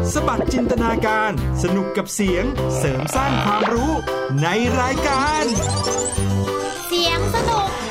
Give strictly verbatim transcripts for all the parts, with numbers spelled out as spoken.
สบัดจินตนาการสนุกกับเสียงเสริมสร้างความรู้ในรายการเสียงสนุก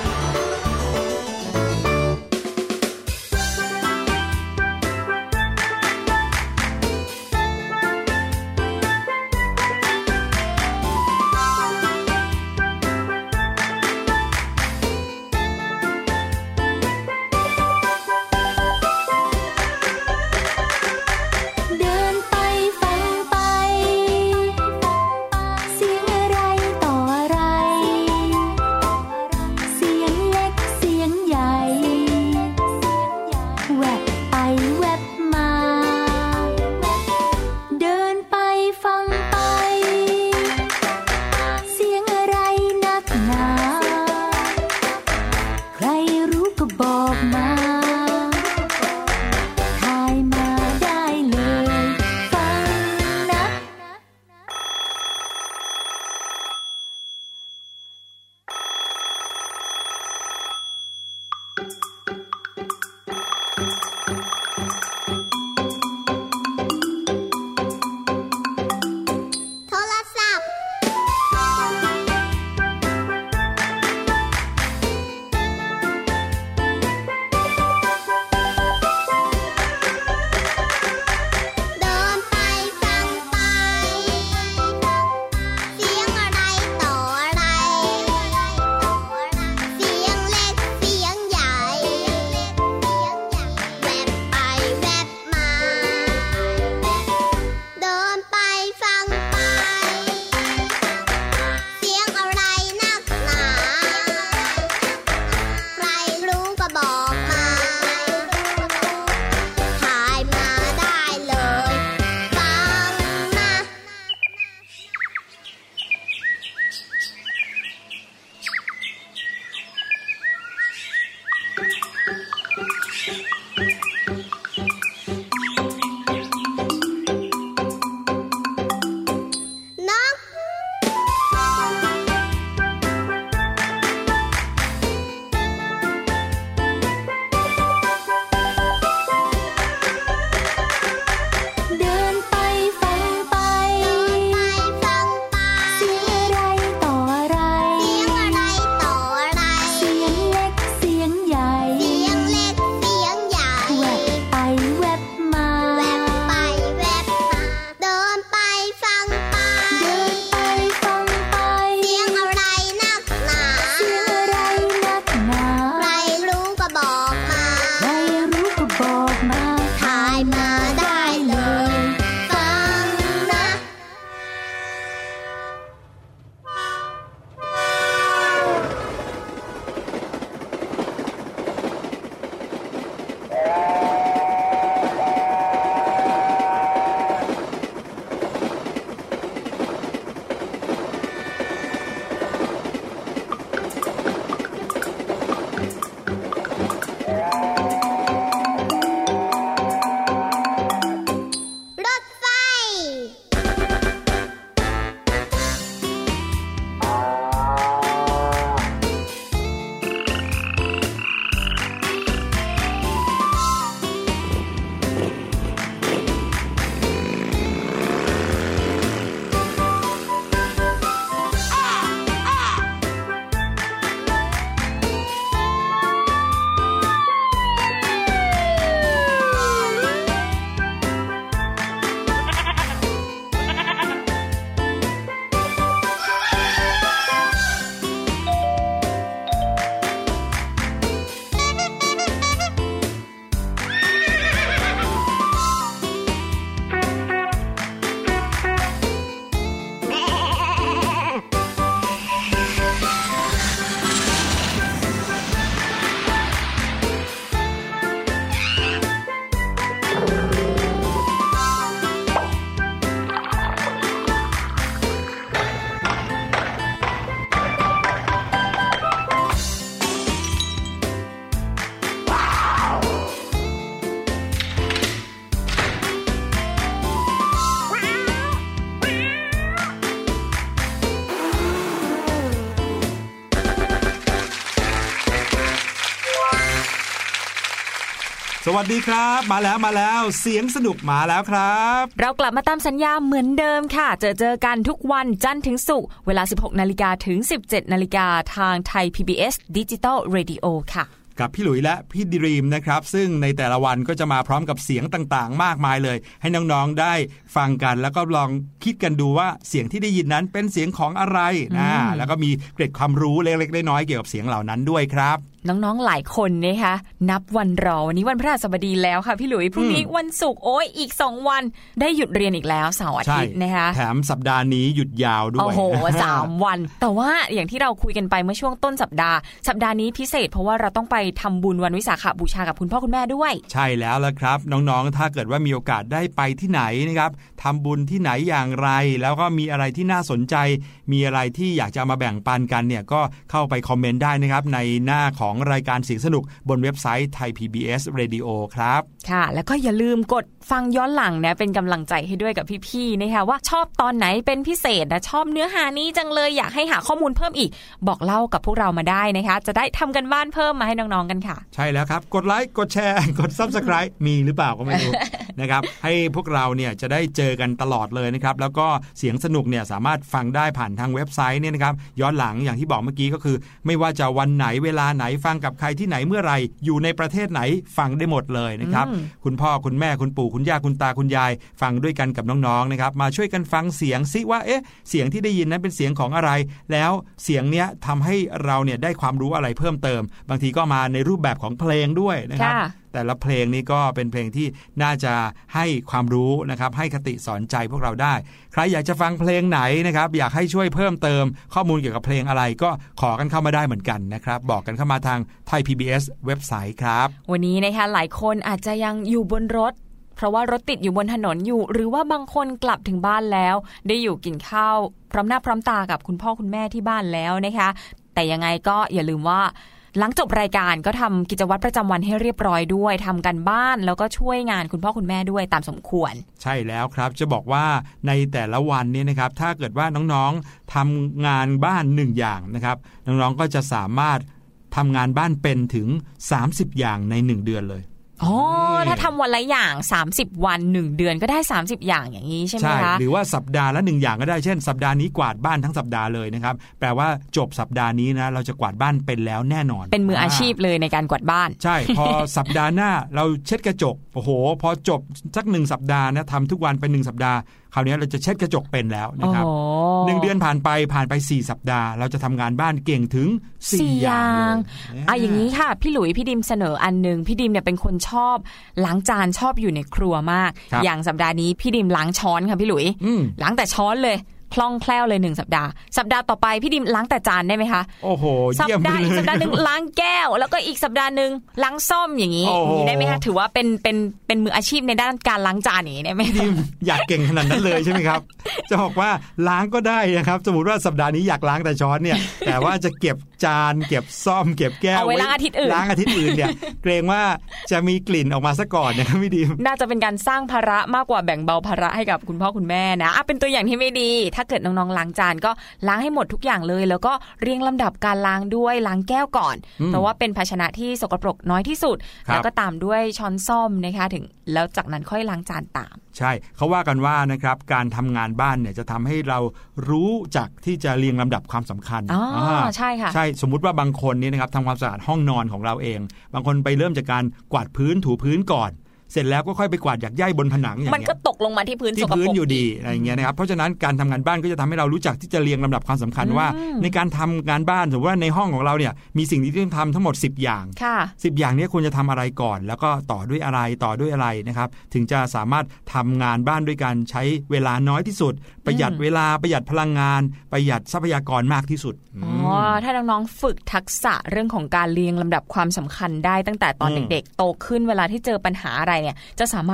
สวัสดีครับมาแล้วมาแล้วเสียงสนุกมาแล้วครับเรากลับมาตามสัญญาเหมือนเดิมค่ะเจอเจอกันทุกวันจันทร์ถึงศุกร์เวลา สิบหกนาฬิกา ถึง สิบเจ็ดนาฬิกา ทางไทย พี บี เอส Digital Radio ค่ะกับพี่หลุยและพี่ดรีมนะครับซึ่งในแต่ละวันก็จะมาพร้อมกับเสียงต่างๆมากมายเลยให้น้องๆได้ฟังกันแล้วก็ลองคิดกันดูว่าเสียงที่ได้ยินนั้นเป็นเสียงของอะไรนะแล้วก็มีเกร็ดความรู้เล็กๆน้อยๆเกี่ยวกับเสียงเหล่านั้นด้วยครับน้องๆหลายคนนะคะนับวันรอวันนี้วันพฤหัสบดีแล้วค่ะพี่หลุยพรุ่งนี้วันศุกร์โอ้ยอีกสองวันได้หยุดเรียนอีกแล้วเสาร์อาทิตย์นะคะแถมสัปดาห์นี้หยุดยาวด้วยโอ้โหสามวันแต่ว่าอย่างที่เราคุยกันไปเมื่อช่วงต้นสัปดาห์สัปดาห์นี้พิเศษเพราะว่าเราต้องไปทำบุญวันวิสาขบูชากับคุณพ่อคุณแม่ด้วยใช่แล้วล่ะครับน้องๆถ้าเกิดว่ามีโอกาสได้ไปที่ไหนนะครับทำบุญที่ไหนอย่างไรแล้วก็มีอะไรที่น่าสนใจมีอะไรที่อยากจะมาแบ่งปันกันเนี่ยก็เข้าไปคอมเมนต์ได้นะครับในหน้าของรายการเสียงสนุกบนเว็บไซต์ Thai พี บี เอส Radio ครับค่ะแล้วก็อย่าลืมกดฟังย้อนหลังนะเป็นกำลังใจให้ด้วยกับพี่ๆนะคะว่าชอบตอนไหนเป็นพิเศษนะชอบเนื้อหานี้จังเลยอยากให้หาข้อมูลเพิ่มอีกบอกเล่ากับพวกเรามาได้นะคะจะได้ทำกันบ้านเพิ่มมาให้น้องๆกันค่ะใช่แล้วครับกดไลค์กดแชร์กด Subscribe มีหรือเปล่าก็ไม่รู้ นะครับให้พวกเราเนี่ยจะได้เจอกันตลอดเลยนะครับแล้วก็เสียงสนุกเนี่ยสามารถฟังได้ผ่านทางเว็บไซต์เนี่ยนะครับย้อนหลังอย่างที่บอกเมื่อกี้ก็คือไม่ว่าจะวันไหนเวลาไหนฟังกับใครที่ไหนเมื่อไหร่อยู่ในประเทศไหนฟังได้หมดเลยนะครับคุณพ่อคุณแม่คุณปู่คุณย่าคุณตาคุณยายฟังด้วยกันกับน้องๆนะครับมาช่วยกันฟังเสียงซิว่าเอ๊ะเสียงที่ได้ยินนั้นเป็นเสียงของอะไรแล้วเสียงเนี้ยทำให้เราเนี่ยได้ความรู้อะไรเพิ่มเติมบางทีก็มาในรูปแบบของเพลงด้วยนะครับแต่ละเพลงนี้ก็เป็นเพลงที่น่าจะให้ความรู้นะครับให้คติสอนใจพวกเราได้ใครอยากจะฟังเพลงไหนนะครับอยากให้ช่วยเพิ่มเติมข้อมูลเกี่ยวกับเพลงอะไรก็ขอกันเข้ามาได้เหมือนกันนะครับบอกกันเข้ามาทาง Thai พี บี เอส เว็บไซต์ครับวันนี้นะคะหลายคนอาจจะยังอยู่บนรถเพราะว่ารถติดอยู่บนถนนอยู่หรือว่าบางคนกลับถึงบ้านแล้วได้อยู่กินข้าวพร้อมหน้าพร้อมตากับคุณพ่อคุณแม่ที่บ้านแล้วนะคะแต่ยังไงก็อย่าลืมว่าหลังจบรายการก็ทำกิจวัตรประจำวันให้เรียบร้อยด้วยทำกันบ้านแล้วก็ช่วยงานคุณพ่อคุณแม่ด้วยตามสมควรใช่แล้วครับจะบอกว่าในแต่ละวันนี้นะครับถ้าเกิดว่าน้องๆทำงานบ้านหนึ่งอย่างนะครับน้องๆก็จะสามารถทำงานบ้านเป็นถึงสามสิบอย่างในหนึ่งเดือนเลยอ๋อถ้าทำวันละอย่างสามสิบวันหนึ่งเดือนก็ได้สามสิบอย่างอย่างนี้ใช่ไหมคะใช่หรือว่าสัปดาห์ละหนึ่งอย่างก็ได้เช่นสัปดาห์นี้กวาดบ้านทั้งสัปดาห์เลยนะครับแปลว่าจบสัปดาห์นี้นะเราจะกวาดบ้านเป็นแล้วแน่นอนเป็นมืออาชีพเลยในการกวาดบ้านใช่พอสัปดาห์หน้าเราเช็ดกระจกโอ้โหพอจบสักหนึ่งสัปดาห์นะทำทุกวันเป็นหนึ่งสัปดาห์คราวนี้เราจะเช็ดกระจกเป็นแล้วนะครับหนึ่งเดือนผ่านไปผ่านไปสี่สัปดาห์เราจะทำงานบ้านเก่งถึงสี่อย่างอ่ะอย่างนี้ค่ะพี่หลุยพี่ดิมเสนออันนึงพี่ดิมเนี่ยเป็นคนชอบล้างจานชอบอยู่ในครัวมากอย่างสัปดาห์นี้พี่ดิมล้างช้อนค่ะพี่หลุยล้างแต่ช้อนเลยคล่องแคล่วเลยหนึ่งสัปดาห์สัปดาห์ต่อไปพี่ดิมล้างแต่จานได้ไหมคะโอ้โหสัปดาห์อีกสัปดาห์นึงล้างแก้วแล้วก็อีกสัปดาห์นึงล้างส้อมอย่างนี้อย่างนี้ได้ไหมคะถือว่าเป็นเป็นเป็นมืออาชีพในด้านการล้างจานอย่างนี้ได้ไหมพี่ดิมอยากเก่งขนาดนั้นเลยใช่ไหมครับจะบอกว่าล้างก็ได้นะครับสมมติว่าสัปดาห์นี้อยากล้างแต่ช้อนเนี่ยแต่ว่าจะเก็บจานเก็บซ่อมเก็บแก้วเอาไว้ล้างอาทิตย์อื่นล้างอาทิตย์อื่นเนี่ยเกรงว่าจะมีกลิ่นออกมาซะก่อนนะครับพี่ดิมน่าจะเป็นการสร้างภาระมากกว่าแบ่งเบาภาระให้กับคุณพ่อคุณแม่นะอ่ะเป็นตัวอย่างที่ไม่ดีถ้าเกิดน้องๆล้างจานก็ล้างให้หมดทุกอย่างเลยแล้วก็เรียงลำดับการล้างด้วยล้างแก้วก่อนเพราะว่าเป็นภาชนะที่สกปรกน้อยที่สุดแล้วก็ตามด้วยช้อนส้อมนะคะถึงแล้วจากนั้นค่อยล้างจานตามใช่เขาว่ากันว่านะครับการทำงานบ้านเนี่ยจะทำให้เรารู้จักที่จะเรียงลำดับความสำคัญอ๋อใช่ค่ะใช่สมมุติว่าบางคนนี่นะครับทำความสะอาดห้องนอนของเราเองบางคนไปเริ่มจากการกวาดพื้นถูพื้นก่อนเสร็จแล้วก็ค่อยไปกวาดหยักใยบนผนังอย่างเงี้ยมันก็ตกลงมาที่พื้นที่พื้นอยู่ดีอะไรอย่างเงี้ยนะครับเพราะฉะนั้นการทำงานบ้านก็จะทำให้เรารู้จักที่จะเรียงลำดับความสำคัญว่าในการทำงานบ้านสมมติว่าในห้องของเราเนี่ยมีสิ่งที่ต้องทำทั้งหมดสิบอย่างสิบอย่างนี้ควรจะทำอะไรก่อนแล้วก็ต่อด้วยอะไรต่อด้วยอะไรนะครับถึงจะสามารถทำงานบ้านด้วยการใช้เวลาน้อยที่สุดประหยัดเวลาประหยัดพลังงานประหยัดทรัพยากรมากที่สุดอ๋อถ้าน้องๆฝึกทักษะเรื่องของการเรียงลำดับความสำคัญได้ตั้งแต่ตอนเด็กๆโตขึ้นเวลาที่เจอปัญหาอะไรเนี่ยจะสามารถแ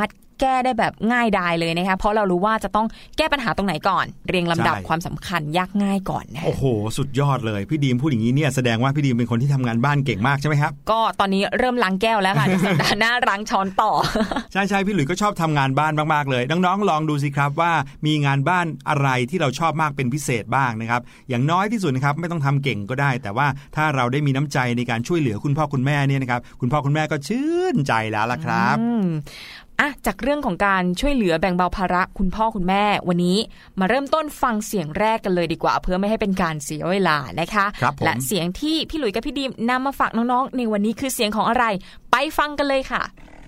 แก้ได้แบบง่ายดายเลยนะคะเพราะเรารู้ว่าจะต้องแก้ปัญหาตรงไหนก่อนเรียงลำดับความสำคัญยากง่ายก่อนนะโอ้โหสุดยอดเลยพี่ดีมพูดอย่างนี้เนี่ยแสดงว่าพี่ดีมเป็นคนที่ทำงานบ้านเก่งมากใช่ไหมครับก็ตอนนี้เริ่มล้างแก้วแล้วค่ะ สัปดาห์หน้าล้างช้อนต่อใช่ใช่พี่หลุยส์ก็ชอบทำงานบ้านมากๆเลยน้องๆลองดูสิครับว่ามีงานบ้านอะไรที่เราชอบมากเป็นพิเศษบ้างนะครับอย่างน้อยที่สุดนะครับไม่ต้องทำเก่งก็ได้แต่ว่าถ้าเราได้มีน้ำใจในการช่วยเหลือคุณพ่อคุณแม่เนี่ยนะครับคุณพ่อคุณแม่ก็ชื่นใจแล้วล่ะครับอ่ะจากเรื่องของการช่วยเหลือแบ่งเบาภาระคุณพ่อคุณแม่วันนี้มาเริ่มต้นฟังเสียงแรกกันเลยดีกว่าเพื่อไม่ให้เป็นการเสียเวลานะคะและเสียงที่พี่หลุยส์กับพี่ดีมนำมาฝากน้องๆในวันนี้คือเสียงของอะไรไปฟังกันเลยค่ะ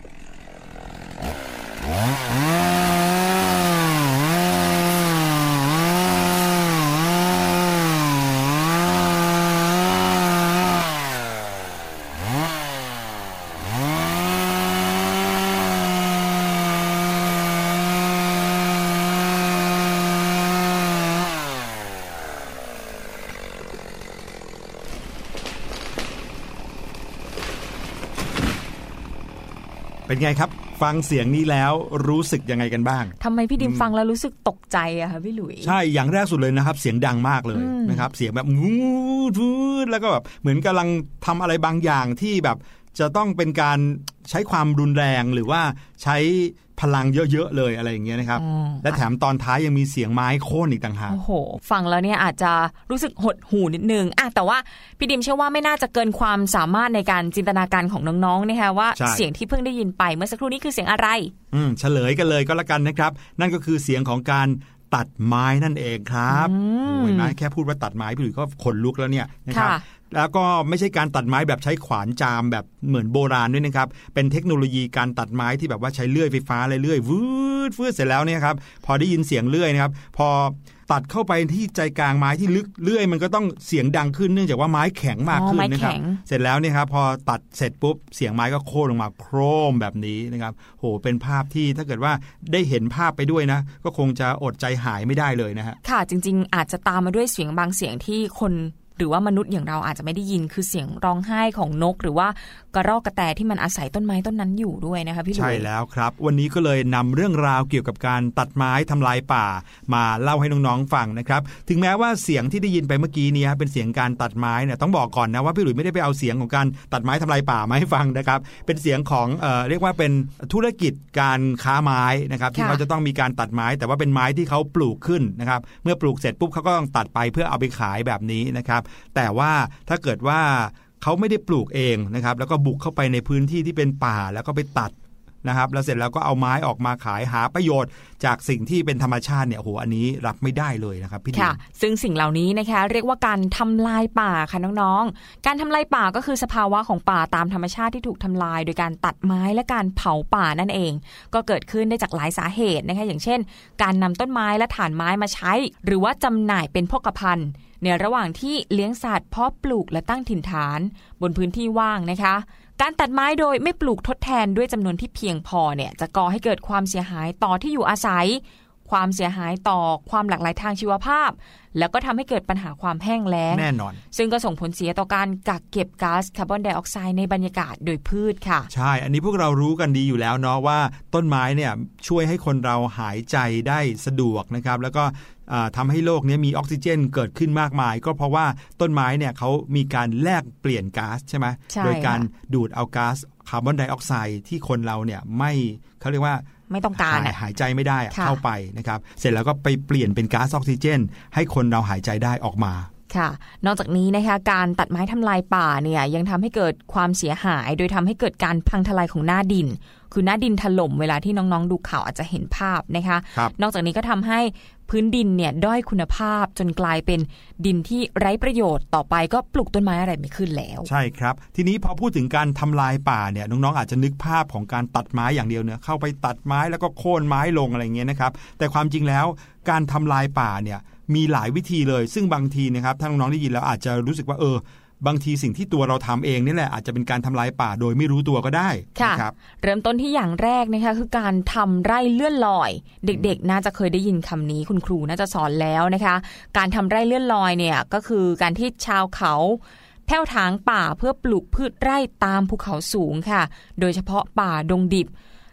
เป็นไงครับฟังเสียงนี้แล้วรู้สึกยังไงกันบ้างทำไมพี่ดิมฟังแล้วรู้สึกตกใจอะคะพี่หลุยใช่อย่างแรกสุดเลยนะครับเสียงดังมากเลยนะครับเสียงแบบงูทูดแล้วก็แบบเหมือนกำลังทำอะไรบางอย่างที่แบบจะต้องเป็นการใช้ความรุนแรงหรือว่าใช้พลังเยอะๆเลยอะไรอย่างเงี้ยนะครับและแถมตอนท้ายยังมีเสียงไม้โค่นอีกต่างหากโอ้โหฟังแล้วเนี่ยอาจจะรู้สึกหดหู่นิดนึงอะแต่ว่าพี่ดิมเชื่อว่าไม่น่าจะเกินความสามารถในการจินตนาการของน้องๆนะคะว่าเสียงที่เพิ่งได้ยินไปเมื่อสักครู่นี้คือเสียงอะไรอืมเฉลยกันเลยก็แล้วกันนะครับนั่นก็คือเสียงของการตัดไม้นั่นเองครับโอ้ยนะแค่พูดว่าตัดไม้พี่หลุยส์ก็ขนลุกแล้วเนี่ยนะครับแล้วก็ไม่ใช่การตัดไม้แบบใช้ขวานจามแบบเหมือนโบราณด้วยนะครับเป็นเทคโนโลยีการตัดไม้ที่แบบว่าใช้เลื่อยไฟฟ้าเรื่อยวืดฟืดเสร็จแล้วเนี่ยครับพอได้ยินเสียงเลื่อยนะครับพอตัดเข้าไปที่ใจกลางไม้ที่ลึกเลื่อยมันก็ต้องเสียงดังขึ้นเนื่องจากว่าไม้แข็งมากขึ้นนะครับเสร็จแล้วเนี่ยครับพอตัดเสร็จปุ๊บเสียงไม้ก็โค่นลงมาโครมแบบนี้นะครับโหเป็นภาพที่ถ้าเกิดว่าได้เห็นภาพไปด้วยนะก็คงจะอดใจหายไม่ได้เลยนะฮะค่ะจริงๆอาจจะตามมาด้วยเสียงบางเสียงที่คนหรือว่ามนุษย์อย่างเราอาจจะไม่ได้ยินคือเสียงร้องไห้ของนกหรือว่ากระรอกกระแตที่มันอาศัยต้นไม้ต้นนั้นอยู่ด้วยนะคะพี่หลุยส์ใช่แล้วครับวันนี้ก็เลยนำเรื่องราวเกี่ยวกับการตัดไม้ทำลายป่ามาเล่าให้น้องๆฟังนะครับถึงแม้ว่าเสียงที่ได้ยินไปเมื่อกี้นี้เป็นเสียงการตัดไม้เนี่ยต้องบอกก่อนนะว่าพี่หลุยส์ไม่ได้ไปเอาเสียงของการตัดไม้ทำลายป่ามาให้ฟังนะครับเป็นเสียงของเอ่อเรียกว่าเป็นธุรกิจการค้าไม้นะครับที่เขาจะต้องมีการตัดไม้แต่ว่าเป็นไม้ที่เขาปลูกขึ้นนะครับเมื่อปลูกเสร็จปุ๊บเขาก็ต้องตัดไปเพื่อเอาไปขายแบบนี้นะครับแต่ว่าถ้าเกิดว่าเขาไม่ได้ปลูกเองนะครับแล้วก็บุกเข้าไปในพื้นที่ที่เป็นป่าแล้วก็ไปตัดนะครับแล้วเสร็จแล้วก็เอาไม้ออกมาขายหาประโยชน์จากสิ่งที่เป็นธรรมชาติเนี่ยโอ้โหอันนี้รับไม่ได้เลยนะครับพี่ดิค่ะซึ่งสิ่งเหล่านี้นะคะเรียกว่าการทำลายป่าค่ะน้องๆการทำลายป่าก็คือสภาวะของป่าตามธรรมชาติที่ถูกทำลายโดยการตัดไม้และการเผาป่านั่นเองก็เกิดขึ้นได้จากหลายสาเหตุนะคะอย่างเช่นการนำต้นไม้และถ่านไม้มาใช้หรือว่าจำหน่ายเป็นโภคภัณฑ์ในระหว่างที่เลี้ยงสัตว์เพาะปลูกและตั้งถิ่นฐานบนพื้นที่ว่างนะคะการตัดไม้โดยไม่ปลูกทดแทนด้วยจำนวนที่เพียงพอเนี่ยจะก่อให้เกิดความเสียหายต่อที่อยู่อาศัยความเสียหายต่อความหลากหลายทางชีวภาพแล้วก็ทำให้เกิดปัญหาความแห้งแล้งแน่นอนซึ่งก็ส่งผลเสียต่อการกักเก็บก๊าซคาร์บอนไดออกไซด์ในบรรยากาศโดยพืชค่ะใช่อันนี้พวกเรารู้กันดีอยู่แล้วเนาะว่าต้นไม้เนี่ยช่วยให้คนเราหายใจได้สะดวกนะครับแล้วก็ทำให้โลกนี้มีออกซิเจนเกิดขึ้นมากมายก็เพราะว่าต้นไม้เนี่ยเขามีการแลกเปลี่ยนก๊าซใช่ไหมโดยการดูดเอาก๊าซคาร์บอนไดออกไซด์ที่คนเราเนี่ยไม่เขาเรียกว่าไม่ต้องการห, หายใจไม่ได้เข้าไปนะครับเสร็จแล้วก็ไปเปลี่ยนเป็นก๊าซออกซิเจนให้คนเราหายใจได้ออกมาค่ะนอกจากนี้นะคะการตัดไม้ทำลายป่าเนี่ยยังทำให้เกิดความเสียหายโดยทำให้เกิดการพังทลายของหน้าดินคือหน้าดินถล่มเวลาที่น้องๆดูข่าวอาจจะเห็นภาพนะคะนอกจากนี้ก็ทำให้พื้นดินเนี่ยด้อยคุณภาพจนกลายเป็นดินที่ไร้ประโยชน์ต่อไปก็ปลูกต้นไม้อะไรไม่ขึ้นแล้วใช่ครับทีนี้พอพูดถึงการทำลายป่าเนี่ยน้องๆอาจจะนึกภาพของการตัดไม้อย่างเดียวเนี่ยเข้าไปตัดไม้แล้วก็โค่นไม้ลงอะไรเงี้ยนะครับแต่ความจริงแล้วการทำลายป่าเนี่ยมีหลายวิธีเลยซึ่งบางทีนะครับถ้าน้องๆได้ยินแล้วอาจจะรู้สึกว่าเออบางทีสิ่งที่ตัวเราทำเองนี่แหละอาจจะเป็นการทำลายป่าโดยไม่รู้ตัวก็ได้ครับเริ่มต้นที่อย่างแรกนะคะคือการทำไร่เลื่อนลอยเด็กๆน่าจะเคยได้ยินคำนี้คุณครูน่าจะสอนแล้วนะคะการทำไร่เลื่อนลอยเนี่ยก็คือการที่ชาวเขาแผ่วถางป่าเพื่อปลูกพืชไร่ตามภูเขาสูงค่ะโดยเฉพาะป่าดงดิบ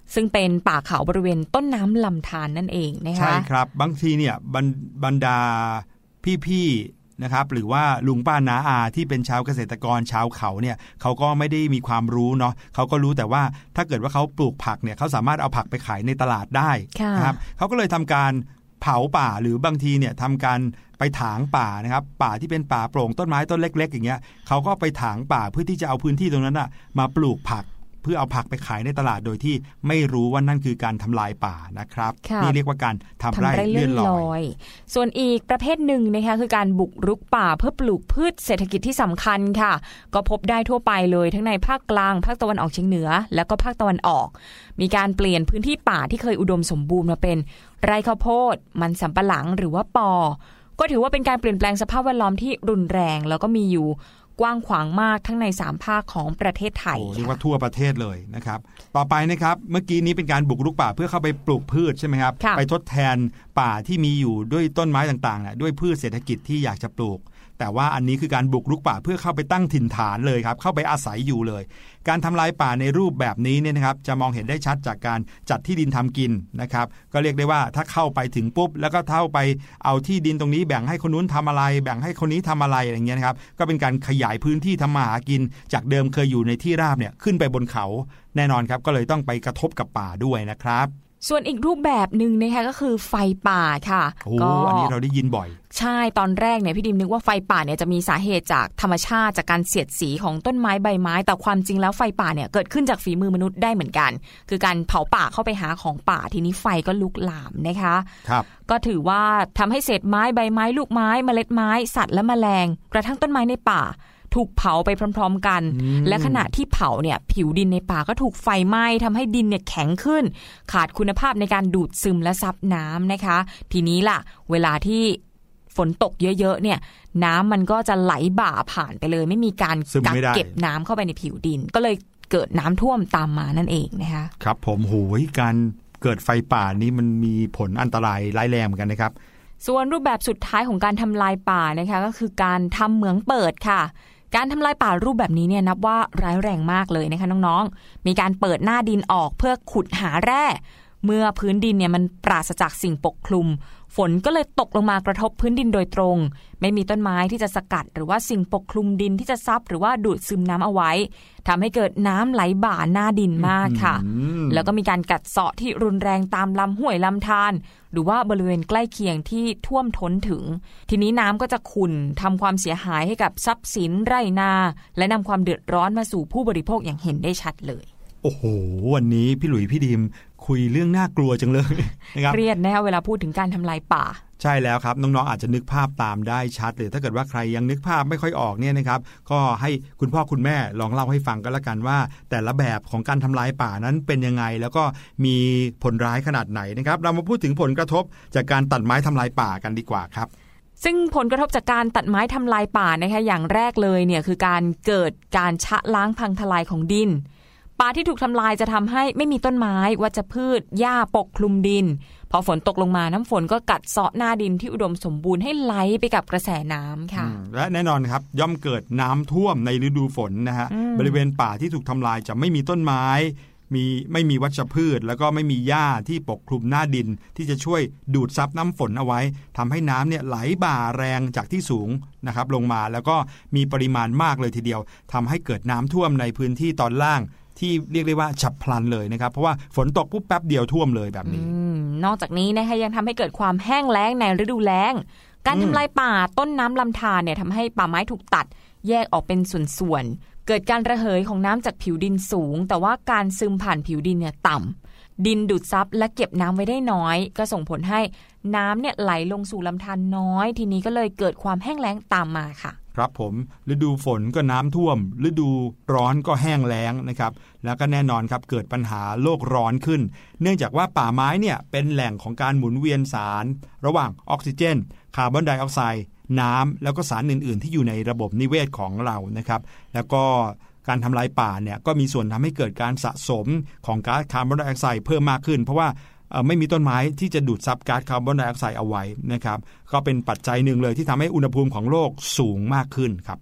ซึ่งเป็นป่าเขาบริเวณต้นน้ำลำธาร นั่นเองนะคะใช่ครับบางทีเนี่ยบรรดาพี่ๆนะครับหรือว่าลุงป้าน้าอาที่เป็นชาวเกษตรกรชาวเขาเนี่ยเขาก็ไม่ได้มีความรู้เนาะเขาก็รู้แต่ว่าถ้าเกิดว่าเขาปลูกผักเนี่ยเขาสามารถเอาผักไปขายในตลาดได้นะครับเขาก็เลยทำการเผาป่าหรือบางทีเนี่ยทำการไปถางป่านะครับป่าที่เป็นป่าโปร่งต้นไม้ต้นเล็กๆอย่างเงี้ยเขาก็ไปถางป่าเพื่อที่จะเอาพื้นที่ตรงนั้นน่ะมาปลูกผักเพื่อเอาผักไปขายในตลาดโดยที่ไม่รู้ว่านั่นคือการทำลายป่านะครับนี่เรียกว่าการทำไร่เลื่อนลอยส่วนอีกประเภทหนึ่งนะคะคือการบุกรุกป่าเพื่อปลูกพืชเศรษฐกิจที่สำคัญค่ะก็พบได้ทั่วไปเลยทั้งในภาคกลางภาคตะวันออกเฉียงเหนือและก็ภาคตะวันออกมีการเปลี่ยนพื้นที่ป่าที่เคยอุดมสมบูรณ์มาเป็นไร่ข้าวโพดมันสำปะหลังหรือว่าปอก็ถือว่าเป็นการเปลี่ยนแปลงสภาพแวดล้อมที่รุนแรงแล้วก็มีอยู่กว้างขวางมากทั้งในสามภาคของประเทศไทยโอ้เรียกว่าทั่วประเทศเลยนะครับต่อไปนะครับเมื่อกี้นี้เป็นการบุกรุกป่าเพื่อเข้าไปปลูกพืชใช่ไหมครับไปทดแทนป่าที่มีอยู่ด้วยต้นไม้ต่างๆด้วยพืชเศรษฐกิจที่อยากจะปลูกแต่ว่าอันนี้คือการบุกรุกป่าเพื่อเข้าไปตั้งถิ่นฐานเลยครับเข้าไปอาศัยอยู่เลยการทำลายป่าในรูปแบบนี้เนี่ยนะครับจะมองเห็นได้ชัดจากการจัดที่ดินทำกินนะครับก็เรียกได้ว่าถ้าเข้าไปถึงปุ๊บแล้วก็เข้าไปเอาที่ดินตรงนี้แบ่งให้คนนู้นทำอะไรแบ่งให้คนนี้ทำอะไรอะไรเงี้ยนะครับก็เป็นการขยายพื้นที่ทำมาหากินจากเดิมเคยอยู่ในที่ราบเนี่ยขึ้นไปบนเขาแน่นอนครับก็เลยต้องไปกระทบกับป่าด้วยนะครับส่วนอีกรูปแบบหนึ่งนะคะก็คือไฟป่าค่ะก็อันนี้เราได้ยินบ่อยใช่ตอนแรกเนี่ยพี่ดิมนึกว่าไฟป่าเนี่ยจะมีสาเหตุจากธรรมชาติจากการเสียดสีของต้นไม้ใบไม้แต่ความจริงแล้วไฟป่าเนี่ยเกิดขึ้นจากฝีมือมนุษย์ได้เหมือนกันคือการเผาป่าเข้าไปหาของป่าทีนี้ไฟก็ลุกลามนะคะครับก็ถือว่าทำให้เศษไม้ใบไม้ลูกไม้เมล็ดไม้สัตว์และแมลงกระทั่งต้นไม้ในป่าถูกเผาไปพร้อมๆกันและขณะที่เผาเนี่ยผิวดินในป่าก็ถูกไฟไหม้ทำให้ดินเนี่ยแข็งขึ้นขาดคุณภาพในการดูดซึมและซับน้ำนะคะทีนี้ล่ะเวลาที่ฝนตกเยอะๆเนี่ยน้ำมันก็จะไหลบ่าผ่านไปเลยไม่มีการกักเก็บน้ำเข้าไปในผิวดินก็เลยเกิดน้ำท่วมตามมานั่นเองนะคะครับผมโหยการเกิดไฟป่านี้มันมีผลอันตรายร้ายแรงเหมือนกันนะครับส่วนรูปแบบสุดท้ายของการทำลายป่านะคะก็คือการทำเหมืองเปิดค่ะการทำลายป่ารูปแบบนี้เนี่ยนับว่าร้ายแรงมากเลยนะคะน้องๆมีการเปิดหน้าดินออกเพื่อขุดหาแร่เมื่อพื้นดินเนี่ยมันปราศจากสิ่งปกคลุมฝนก็เลยตกลงมากระทบพื้นดินโดยตรงไม่มีต้นไม้ที่จะสกัดหรือว่าสิ่งปกคลุมดินที่จะซับหรือว่าดูดซึมน้ำเอาไว้ทำให้เกิดน้ำไหลบ่าหน้าดินมากค่ะแล้วก็มีการกัดเซาะที่รุนแรงตามลำห้วยลำธารหรือว่าบริเวณใกล้เคียงที่ท่วมท้นถึงทีนี้น้ำก็จะขุ่นทำความเสียหายให้กับทรัพย์สินไร่นาและนำความเดือดร้อนมาสู่ผู้บริโภคอย่างเห็นได้ชัดเลยโอ้โหวันนี้พี่หลุยพี่ดิมคุยเรื่องน่ากลัวจังเลยนะครับเครียดแน่เวลาพูดถึงการทำลายป่าใช่แล้วครับน้องๆอาจจะนึกภาพตามได้ชัดเลยถ้าเกิดว่าใครยังนึกภาพไม่ค่อยออกเนี่ยนะครับก็ให้คุณพ่อคุณแม่ลองเล่าให้ฟังก็แล้วกันว่าแต่ละแบบของการทำลายป่านั้นเป็นยังไงแล้วก็มีผลร้ายขนาดไหนนะครับเรามาพูดถึงผลกระทบจากการตัดไม้ทำลายป่ากันดีกว่าครับซึ่งผลกระทบจากการตัดไม้ทำลายป่านะคะอย่างแรกเลยเนี่ยคือการเกิดการชะล้างพังทลายของดินป่าที่ถูกทำลายจะทำให้ไม่มีต้นไม้วัชพืชหญ้าปกคลุมดินพอฝนตกลงมาน้ำฝนก็กัดเซาะหน้าดินที่อุดมสมบูรณ์ให้ไหลไปกับกระแสน้ำค่ะและแน่นอนครับย่อมเกิดน้ำท่วมในฤดูฝนนะฮะบริเวณป่าที่ถูกทำลายจะไม่มีต้นไม้มีไม่มีวัชพืชแล้วก็ไม่มีหญ้าที่ปกคลุมหน้าดินที่จะช่วยดูดซับน้ำฝนเอาไว้ทำให้น้ำเนี่ยไหลบ่าแรงจากที่สูงนะครับลงมาแล้วก็มีปริมาณมากเลยทีเดียวทำให้เกิดน้ำท่วมในพื้นที่ตอนล่างที่เรียกได้ว่าฉับพลันเลยนะครับเพราะว่าฝนตกปุ๊บแป๊บเดียวท่วมเลยแบบนี้นอกจากนี้นะคะยังทำให้เกิดความแห้งแล้งในฤดูแล้งการทำลายป่าต้นน้ำลำธารเนี่ยทำให้ป่าไม้ถูกตัดแยกออกเป็นส่วนๆเกิดการระเหยของน้ำจากผิวดินสูงแต่ว่าการซึมผ่านผิวดินเนี่ยต่ำดินดูดซับและเก็บน้ำไว้ได้น้อยก็ส่งผลให้น้ำเนี่ยไหลลงสู่ลำธารน้อยทีนี้ก็เลยเกิดความแห้งแล้งตามมาค่ะครับผมฤดูฝนก็น้ำท่วมฤดูร้อนก็แห้งแล้งนะครับแล้วก็แน่นอนครับเกิดปัญหาโลกร้อนขึ้นเนื่องจากว่าป่าไม้เนี่ยเป็นแหล่งของการหมุนเวียนสารระหว่างออกซิเจนคาร์บอนไดออกไซด์น้ำแล้วก็สารอื่นๆที่อยู่ในระบบนิเวศของเรานะครับแล้วก็การทำลายป่าเนี่ยก็มีส่วนทำให้เกิดการสะสมของก๊าซคาร์บอนไดออกไซด์เพิ่มมากขึ้นเพราะว่าไม่มีต้นไม้ที่จะดูดซับก๊าซคาร์บอนไดออกไซด์เอาไว้นะครับก็เป็นปัจจัยหนึ่งเลยที่ทำให้อุณหภูมิของโลกสูงมากขึ้นครับ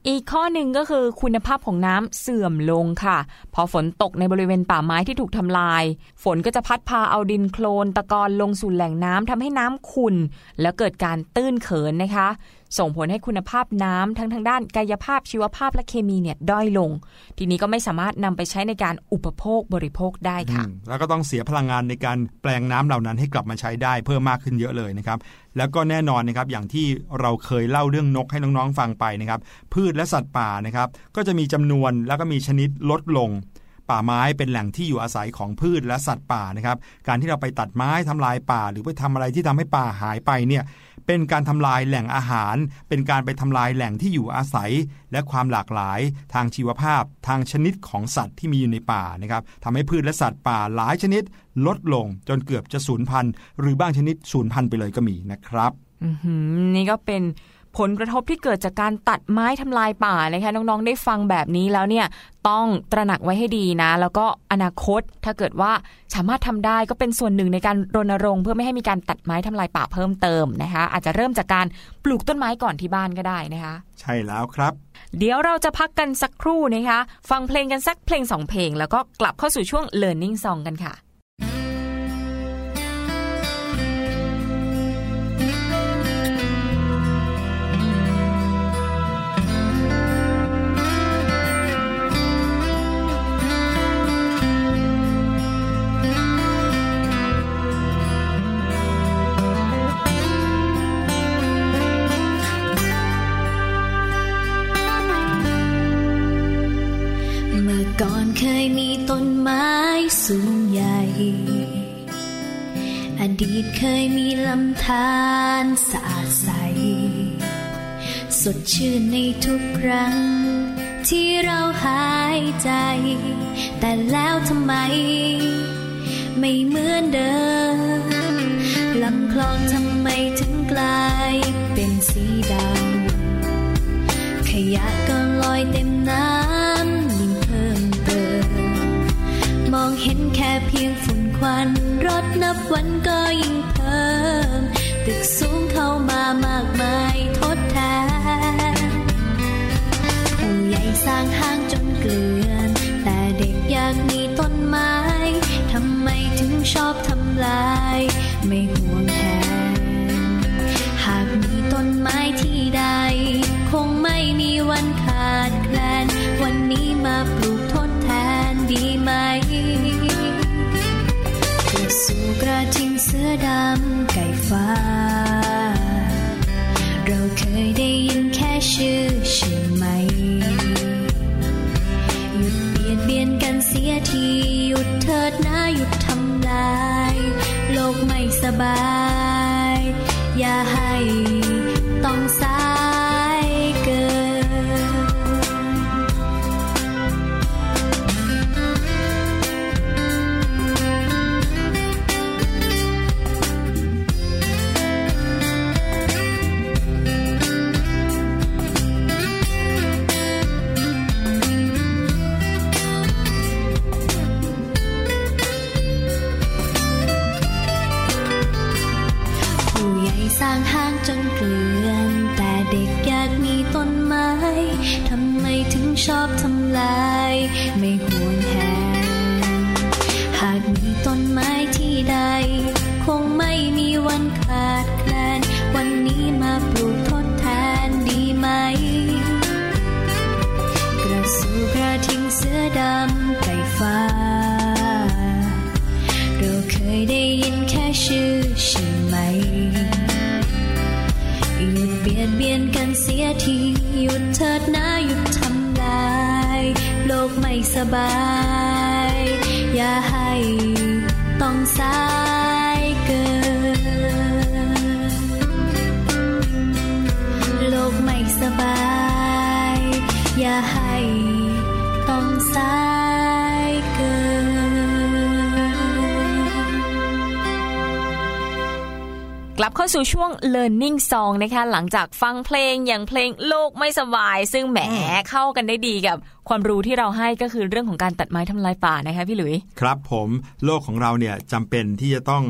อีกข้อหนึ่งก็คือคุณภาพของน้ำเสื่อมลงค่ะพอฝนตกในบริเวณป่าไม้ที่ถูกทำลายฝนก็จะพัดพาเอาดินโคลนตะกอนลงสู่แหล่งน้ำทำให้น้ำขุ่นแล้วเกิดการตื้นเขินนะคะส่งผลให้คุณภาพน้ำทั้งทางด้านกายภาพชีวภาพและเคมีเนี่ยด้อยลงทีนี้ก็ไม่สามารถนำไปใช้ในการอุปโภคบริโภคได้ค่ะแล้วก็ต้องเสียพลังงานในการแปลงน้ำเหล่านั้นให้กลับมาใช้ได้เพิ่มมากขึ้นเยอะเลยนะครับแล้วก็แน่นอนนะครับอย่างที่เราเคยเล่าเรื่องนกให้น้องๆฟังไปนะครับพืชและสัตว์ป่านะครับก็จะมีจำนวนแล้วก็มีชนิดลดลงป่าไม้เป็นแหล่งที่อยู่อาศัยของพืชและสัตว์ป่านะครับการที่เราไปตัดไม้ทำลายป่าหรือไปทำอะไรที่ทำให้ป่าหายไปเนี่ยเป็นการทำลายแหล่งอาหารเป็นการไปทำลายแหล่งที่อยู่อาศัยและความหลากหลายทางชีวภาพทางชนิดของสัตว์ที่มีอยู่ในป่านะครับทำให้พืชและสัตว์ป่าหลายชนิดลดลงจนเกือบจะสูญพันธุ์หรือบางชนิดสูญพันธุ์ไปเลยก็มีนะครับอือหือนี่ก็เป็นผลกระทบที่เกิดจากการตัดไม้ทำลายป่านะคะน้องๆได้ฟังแบบนี้แล้วเนี่ยต้องตระหนักไว้ให้ดีนะแล้วก็อนาคตถ้าเกิดว่าสามารถทำได้ก็เป็นส่วนหนึ่งในการรณรงค์เพื่อไม่ให้มีการตัดไม้ทำลายป่าเพิ่มเติมนะคะอาจจะเริ่มจากการปลูกต้นไม้ก่อนที่บ้านก็ได้นะคะใช่แล้วครับเดี๋ยวเราจะพักกันสักครู่นะคะฟังเพลงกันสักเพลงสองเพลงแล้วก็กลับเข้าสู่ช่วง Learning Song กันค่ะก่อนเคยมีต้นไม้สูงใหญ่อดีตเคยมีลำธารสะอาดใสสดชื่นในทุกครั้งที่เราหายใจแต่แล้วทำไมไม่เหมือนเดิมลำคลองทำไมถึงกลายเป็นสีดำขยะก็ลอยเต็มน้ำมองเห็นแค่เพียงฝุ่นควันรถนับวันก็ยิ่งเพิ่มตึกสูงเข้ามามากมายทดแทนผู้ใหญ่สร้างห้างจนเกลื่อนแต่เด็กอยากมีต้นไม้ทำไมถึงชอบทำลายไม่ห่วงแทนหากมีต้นไม้ที่ใดคงไม่มีวันขาดแคลนวันนี้มาปลูกทดแทนดีไหมกระสูกระทิงเสือดำไก่ฟ้าเราเคยได้ยินแค่ชื่อใช่ไหมหยุดเบียดเบียนกันเสียทีหยุดเถิดนะหยุดทำลายโลกไม่สบายอย่าให้ต้องสายเกินสร้างห้างจนเกลื่อนแต่เด็กอยากมีต้นไม้ทำไมถึงชอบทำลายไม่ห่วงแหนหากมีต้นไม้ที่ใดคงไม่มีวันขาดแคลนวันนี้มาปลูกทดแทนดีไหมกระสูกระทิงเสือดำไก่ฟ้าเราเคยได้ยินแค่ชื่อใช่ไหมหยุดเบียดเบียนกันเสียทีหยุดเถิดนะหยุดทำลายโลกไม่สบายอย่าให้ต้องสายเกินโลกไม่สบายอย่าให้ต้องสายเกินกลับเข้าสู่ช่วง Learning Song นะคะหลังจากฟังเพลงอย่างเพลงโลกไม่สบายซึ่งแหมเข้ากันได้ดีกับความรู้ที่เราให้ก็คือเรื่องของการตัดไม้ทำลายป่านะคะพี่หลุยครับผมโลกของเราเนี่ยจำเป็นที่จะต้อง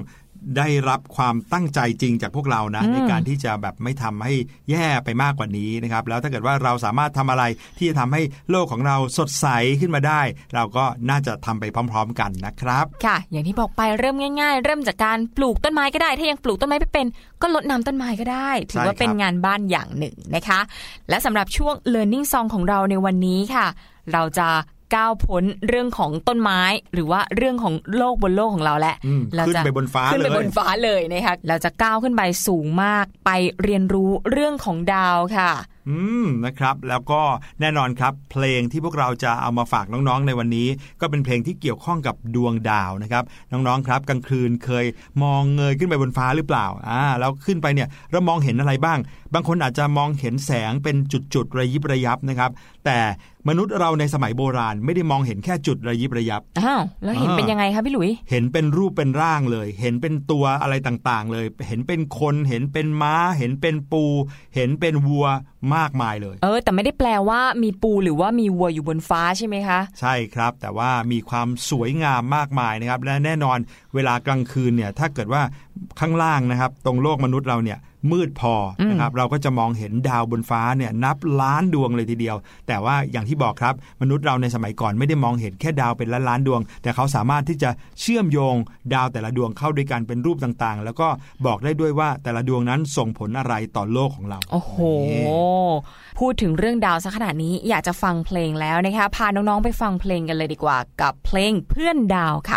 ได้รับความตั้งใจจริงจากพวกเรานะในการที่จะแบบไม่ทำให้แย่ไปมากกว่านี้นะครับแล้วถ้าเกิดว่าเราสามารถทำอะไรที่จะทำให้โลกของเราสดใสขึ้นมาได้เราก็น่าจะทำไปพร้อมๆกันนะครับค่ะอย่างที่บอกไปเริ่มง่ายๆเริ่มจากการปลูกต้นไม้ก็ได้ถ้ายังปลูกต้นไม้ไม่เป็นก็รดน้ำต้นไม้ก็ได้ถือว่าเป็นงานบ้านอย่างหนึ่งนะคะและสำหรับช่วง Learning Song ของเราในวันนี้ค่ะเราจะก้าวพ้นเรื่องของต้นไม้หรือว่าเรื่องของโลกบนโลกของเราแหละเราจะขึ้นไปบนฟ้าเลยขึ้นไปบนฟ้าเลยนะคะเราจะก้าวขึ้นไปสูงมากไปเรียนรู้เรื่องของดาวค่ะอืมนะครับแล้วก็แน่นอนครับเพลงที่พวกเราจะเอามาฝากน้องๆในวันนี้ก็เป็นเพลงที่เกี่ยวข้องกับดวงดาวนะครับน้องๆครับกลางคืนเคยมองเงยขึ้นไปบนฟ้าหรือเปล่าอ่าแล้วขึ้นไปเนี่ยเรามองเห็นอะไรบ้างบางคนอาจจะมองเห็นแสงเป็นจุดๆระยิบระยับนะครับแต่มนุษย์เราในสมัยโบราณไม่ได้มองเห็นแค่จุดระยิบระยับอ้าวแล้วเห็นเป็นยังไงคะพี่หลุยเห็นเป็นรูปเป็นร่างเลยเห็นเป็นตัวอะไรต่างๆเลยเห็นเป็นคนเห็นเป็นม้าเห็นเป็นปูเห็นเป็นวัวมากมายเลยเออแต่ไม่ได้แปลว่ามีปูหรือว่ามีวัวอยู่บนฟ้าใช่ไหมคะใช่ครับแต่ว่ามีความสวยงามมากมายนะครับและแน่นอนเวลากลางคืนเนี่ยถ้าเกิดว่าข้างล่างนะครับตรงโลกมนุษย์เราเนี่ยมืดพอนะครับเราก็จะมองเห็นดาวบนฟ้าเนี่ยนับล้านดวงเลยทีเดียวแต่ว่าอย่างที่บอกครับมนุษย์เราในสมัยก่อนไม่ได้มองเห็นแค่ดาวเป็นล้านล้านดวงแต่เขาสามารถที่จะเชื่อมโยงดาวแต่ละดวงเข้าด้วยกันเป็นรูปต่างๆแล้วก็บอกได้ด้วยว่าแต่ละดวงนั้นส่งผลอะไรต่อโลกของเราโอ้โหพูดถึงเรื่องดาวซะขนาดนี้อยากจะฟังเพลงแล้วนะคะพาน้องๆไปฟังเพลงกันเลยดีกว่ากับเพลงเพื่อนดาวค่ะ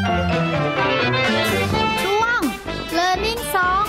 ช่วง Learning Song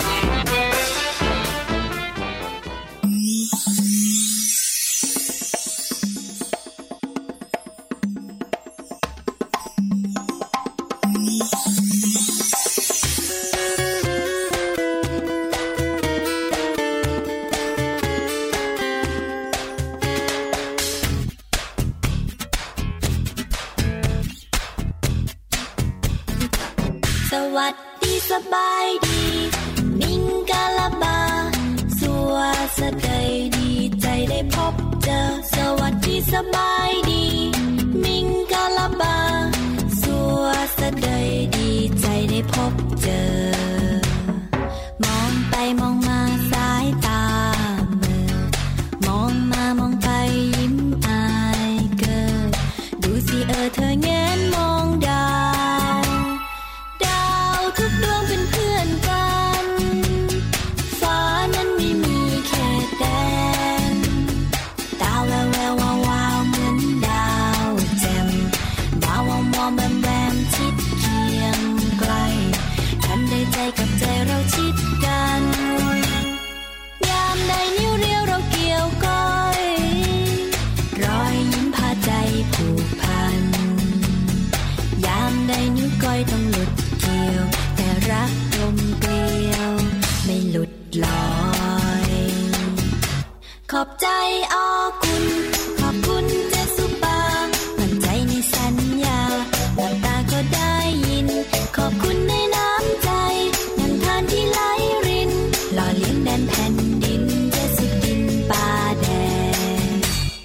สวัสดีสบายดีมิงกะลาบาสัวสะใดดีใจได้พบเจอสวัสดีสบายดีมิงกะลาบาสัวสะใดดีใจได้พบเจอมองไปมองมาสายตาเมื่อมองมามองไปยิ้มอายเกิดดูสิเออเธอแงนมองดาวทุกดวงเป็นเพื่อนกันฟ้านั้นไม่มีเขตแดนดาวแววแวววาววาวเหมือนดาวแจ่มดาวมองมองแวมแวมชิดเคียงไกลกันได้ใจกับใจเราชิดกันยามใดนิ้วเรียวเราเกี่ยวก้อยรอยยิ้มพาใจผูกพันยามใดนิ้วก้อยต้องหลุดเกี่ยวแต่รักกลมเกลียวไม่หลุดลอยขอบใจออคุณขอบคุณเจสุปามั่นใจในสัญญาหลับตาก็ได้ยินขอบคุณในน้ำใจน้ำทานที่ไหลรินหล่อเลี้ยงแดนแผ่นดินเจสุดินป่าแดง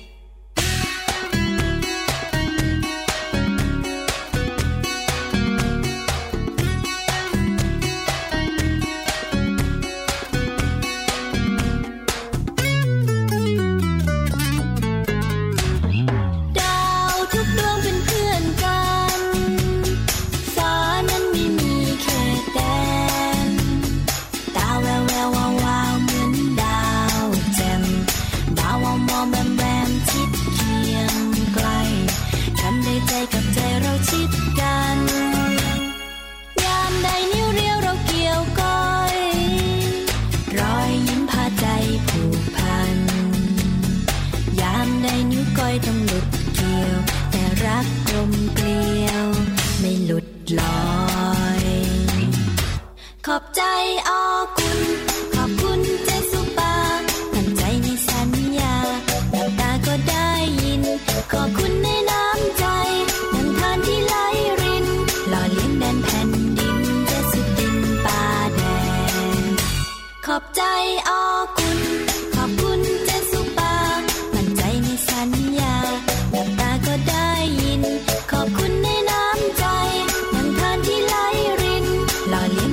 กับใจเราชิดกันยามใดนิ้วเรียวเราเกี่ยวก้อยรอยยิ้มพาใจผูกพันยามใดนิ้วก้อยต้องหลุดเกี่ยวแต่รักกลมเกลียวไม่หลุดลอยขอบใจออคุณขอบคุณเจสุปามั่นใจในสัญญาหลับตาก็ได้ยินขอบคุณในน้ำใจน้ำทานที่ไหลรินหล่อเลี้ยงแดนแผ่นดินเจสุดินป่าแดงขอบใจออคุณขอบคุณเจสุปามั่นใจในสัญญาหลับตาก็ได้ยินขอบคุณในน้ำใจน้ำทานที่ไหลรินหล่อเลี้ยง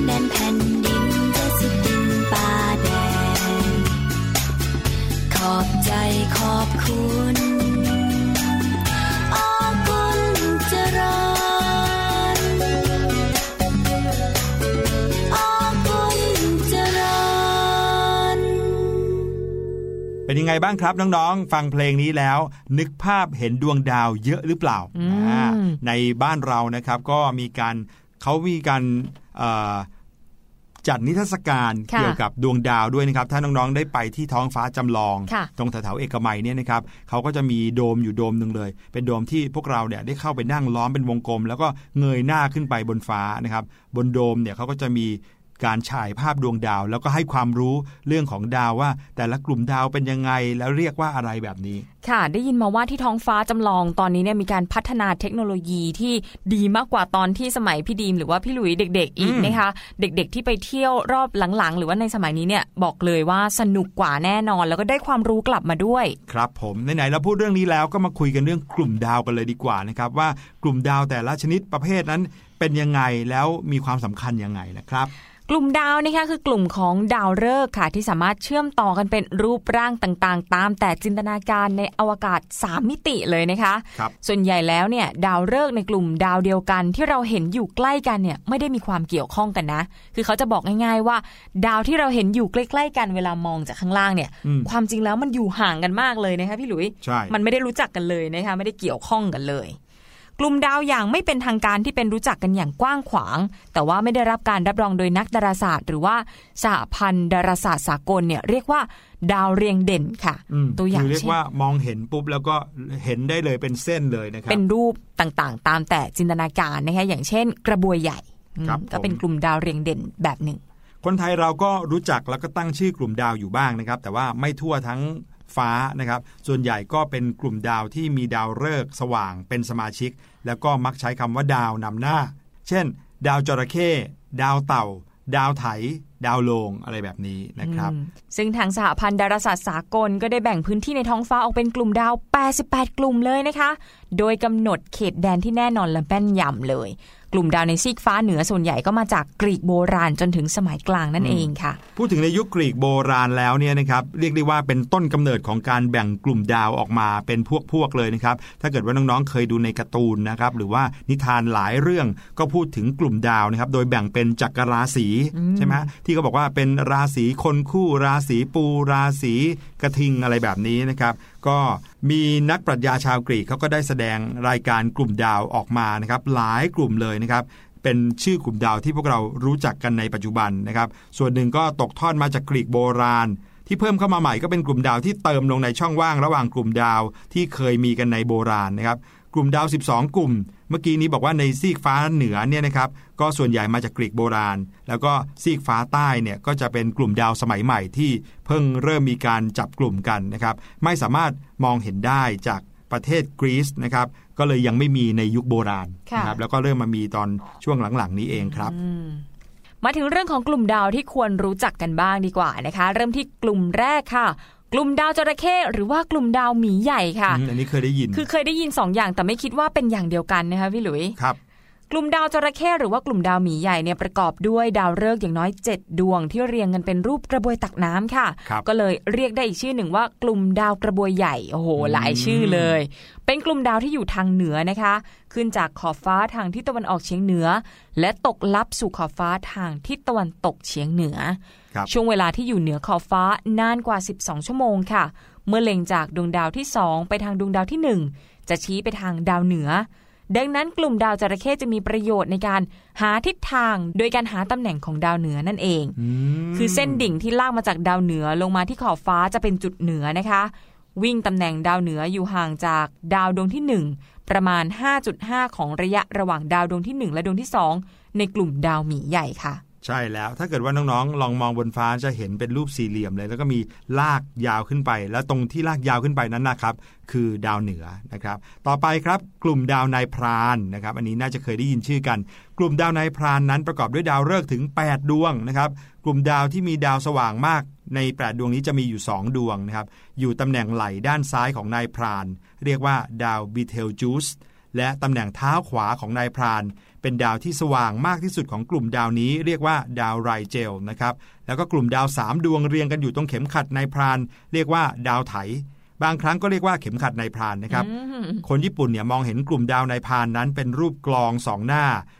เป็นยังไงบ้างครับน้องๆฟังเพลงนี้แล้วนึกภาพเห็นดวงดาวเยอะหรือเปล่าในบ้านเรานะครับก็มีการเขามีการจัดนิทรรศการเกี่ยวกับดวงดาวด้วยนะครับถ้าน้องๆได้ไปที่ท้องฟ้าจำลองตรงแถวๆเอกมัยเนี่ยนะครับเขาก็จะมีโดมอยู่โดมนึงเลยเป็นโดมที่พวกเราเนี่ยได้เข้าไปนั่งล้อมเป็นวงกลมแล้วก็เงยหน้าขึ้นไปบนฟ้านะครับบนโดมเนี่ยเขาก็จะมีการฉายภาพดวงดาวแล้วก็ให้ความรู้เรื่องของดาวว่าแต่ละกลุ่มดาวเป็นยังไงแล้วเรียกว่าอะไรแบบนี้ค่ะได้ยินมาว่าที่ท้องฟ้าจำลองตอนนี้เนี่ยมีการพัฒนาเทคโนโลยีที่ดีมากกว่าตอนที่สมัยพี่ดีมหรือว่าพี่หลุยเด็กๆอีกนะคะเด็กๆที่ไปเที่ยวรอบหลังๆหรือว่าในสมัยนี้เนี่ยบอกเลยว่าสนุกกว่าแน่นอนแล้วก็ได้ความรู้กลับมาด้วยครับผมไหนๆเราพูดเรื่องนี้แล้วก็มาคุยกันเรื่องกลุ่มดาวกันเลยดีกว่านะครับว่ากลุ่มดาวแต่ละชนิดประเภทนั้นเป็นยังไงแล้วมีความสำคัญยังไงนะครับกลุ่มดาวนะคะคือกลุ่มของดาวฤกษ์ค่ะที่สามารถเชื่อมต่อกันเป็นรูปร่างต่างๆตามแต่จินตนาการในอวกาศสามมิติเลยนะคะส่วนใหญ่แล้วเนี่ยดาวฤกษ์ในกลุ่มดาวเดียวกันที่เราเห็นอยู่ใกล้กันเนี่ยไม่ได้มีความเกี่ยวข้องกันนะคือเขาจะบอกง่ายๆว่าดาวที่เราเห็นอยู่ใกล้ๆกันเวลามองจากข้างล่างเนี่ยความจริงแล้วมันอยู่ห่างกันมากเลยนะคะพี่หลุยมันไม่ได้รู้จักกันเลยนะคะไม่ได้เกี่ยวข้องกันเลยกลุ่มดาวอย่างไม่เป็นทางการที่เป็นรู้จักกันอย่างกว้างขวางแต่ว่าไม่ได้รับการรับรองโดยนักดาราศาสตร์หรือว่าสหพันธ์ดาราศาสตร์สากลเนี่ยเรียกว่าดาวเรียงเด่นค่ะตัวอย่างเรียกว่ามองเห็นปุ๊บแล้วก็เห็นได้เลยเป็นเส้นเลยนะครับเป็นรูปต่างๆตามแต่จินตนาการนะคะอย่างเช่นกระบวยใหญ่ก็เป็นกลุ่มดาวเรียงเด่นแบบหนึ่งคนไทยเราก็รู้จักแล้วก็ตั้งชื่อกลุ่มดาวอยู่บ้างนะครับแต่ว่าไม่ทั่วทั้งฟ้านะครับส่วนใหญ่ก็เป็นกลุ่มดาวที่มีดาวฤกษ์สว่างเป็นสมาชิกแล้วก็มักใช้คำว่าดาวนำหน้าเช่นดาวจระเข้ดาวเต่าดาวไถดาวโลงอะไรแบบนี้นะครับซึ่งทางสหพันธ์ดาราศาสตร์สากลก็ได้แบ่งพื้นที่ในท้องฟ้าออกเป็นกลุ่มดาวแปดสิบแปดกลุ่มเลยนะคะโดยกำหนดเขตแดนที่แน่นอนและแม่นยำเลยกลุ่มดาวในซีกฟ้าเหนือส่วนใหญ่ก็มาจากกรีกโบราณจนถึงสมัยกลางนั่นเองค่ะพูดถึงในยุคกรีกโบราณแล้วเนี่ยนะครับเรียกได้ว่าเป็นต้นกำเนิดของการแบ่งกลุ่มดาวออกมาเป็นพวกๆเลยนะครับถ้าเกิดว่าน้องๆเคยดูในการ์ตูนนะครับหรือว่านิทานหลายเรื่องก็พูดถึงกลุ่มดาวนะครับโดยแบ่งเป็นจักรราศีใช่ไหมที่เขาบอกว่าเป็นราศีคนคู่ราศีปูราศีกระทิงอะไรแบบนี้นะครับก็มีนักปรัชญาชาวกรีกเขาก็ได้แสดงรายการกลุ่มดาวออกมานะครับหลายกลุ่มเลยนะครับเป็นชื่อกลุ่มดาวที่พวกเรารู้จักกันในปัจจุบันนะครับส่วนหนึ่งก็ตกทอดมาจากกรีกโบราณที่เพิ่มเข้ามาใหม่ก็เป็นกลุ่มดาวที่เติมลงในช่องว่างระหว่างกลุ่มดาวที่เคยมีกันในโบราณนะครับกลุ่มดาวสิบสองกลุ่มเมื่อกี้นี้บอกว่าในซีกฟ้าเหนือเนี่ยนะครับก็ส่วนใหญ่มาจากกรีกโบราณแล้วก็ซีกฟ้าใต้เนี่ยก็จะเป็นกลุ่มดาวสมัยใหม่ที่เพิ่งเริ่มมีการจับกลุ่มกันนะครับไม่สามารถมองเห็นได้จากประเทศกรีซนะครับก็เลยยังไม่มีในยุคโบราณนะครับแล้วก็เริ่มมามีตอนช่วงหลังๆนี้เองครับมาถึงเรื่องของกลุ่มดาวที่ควรรู้จักกันบ้างดีกว่านะคะเริ่มที่กลุ่มแรกค่ะกลุ่มดาวจระเข้หรือว่ากลุ่มดาวหมีใหญ่ค่ะอันนี้เคยได้ยินคือเคยได้ยินสองอย่างแต่ไม่คิดว่าเป็นอย่างเดียวกันนะคะพี่หลุยครับกลุ่มดาวจระเข้หรือว่ากลุ่มดาวหมีใหญ่เนี่ยประกอบด้วยดาวฤกษ์อย่างน้อยเจ็ดดวงที่เรียงกันเป็นรูปกระบวยตักน้ำค่ะก็เลยเรียกได้อีกชื่อหนึ่งว่ากลุ่มดาวกระบวยใหญ่โอ้โหหลายชื่อเลยเป็นกลุ่มดาวที่อยู่ทางเหนือนะคะขึ้นจากขอบฟ้าทางทิศตะวันออกเฉียงเหนือและตกลับสู่ขอบฟ้าทางทิศตะวันตกเฉียงเหนือช่วงเวลาที่อยู่เหนือขอบฟ้านานกว่าสิบสองชั่วโมงค่ะเมื่อเล็งจากดวงดาวที่สองไปทางดวงดาวที่หนึ่งจะชี้ไปทางดาวเหนือดังนั้นกลุ่มดาวจระเข้จะมีประโยชน์ในการหาทิศทางโดยการหาตำแหน่งของดาวเหนือนั่นเองคือเส้นดิ่งที่ลากมาจากดาวเหนือลงมาที่ขอบฟ้าจะเป็นจุดเหนือนะคะวิ่งตำแหน่งดาวเหนืออยู่ห่างจากดาวดวงที่หนึ่งประมาณ ห้าจุดห้า ของระยะระหว่างดาวดวงที่หนึ่งและดวงที่สองในกลุ่มดาวหมีใหญ่ค่ะใช่แล้วถ้าเกิดว่าน้องๆลองมองบนฟ้าจะเห็นเป็นรูปสี่เหลี่ยมเลยแล้วก็มีลากยาวขึ้นไปแล้วตรงที่ลากยาวขึ้นไปนั้นนะครับคือดาวเหนือนะครับต่อไปครับกลุ่มดาวนายพรานนะครับอันนี้น่าจะเคยได้ยินชื่อกันกลุ่มดาวนายพรานนั้นประกอบด้วยดาวฤกษ์ถึงแปดดวงนะครับกลุ่มดาวที่มีดาวสว่างมากในแปดดวงนี้จะมีอยู่สองดวงนะครับอยู่ตำแหน่งไหล่ด้านซ้ายของนายพรานเรียกว่าดาวบีเทลจูสและตำแหน่งเท้าขวาของนายพรานเป็นดาวที่สว่างมากที่สุดของกลุ่มดาวนี้เรียกว่าดาวไรเจลนะครับแล้วก็กลุ่มดาวสามดวงเรียงกันอยู่ตรงเข็มขัดนายพรานเรียกว่าดาวไถบางครั้งก็เรียกว่าเข็มขัดนายพรานนะครับคนญี่ปุ่นเนี่ยมองเห็นกลุ่มดาวนายพรานนั้นเป็นรูปกลองสองหน้า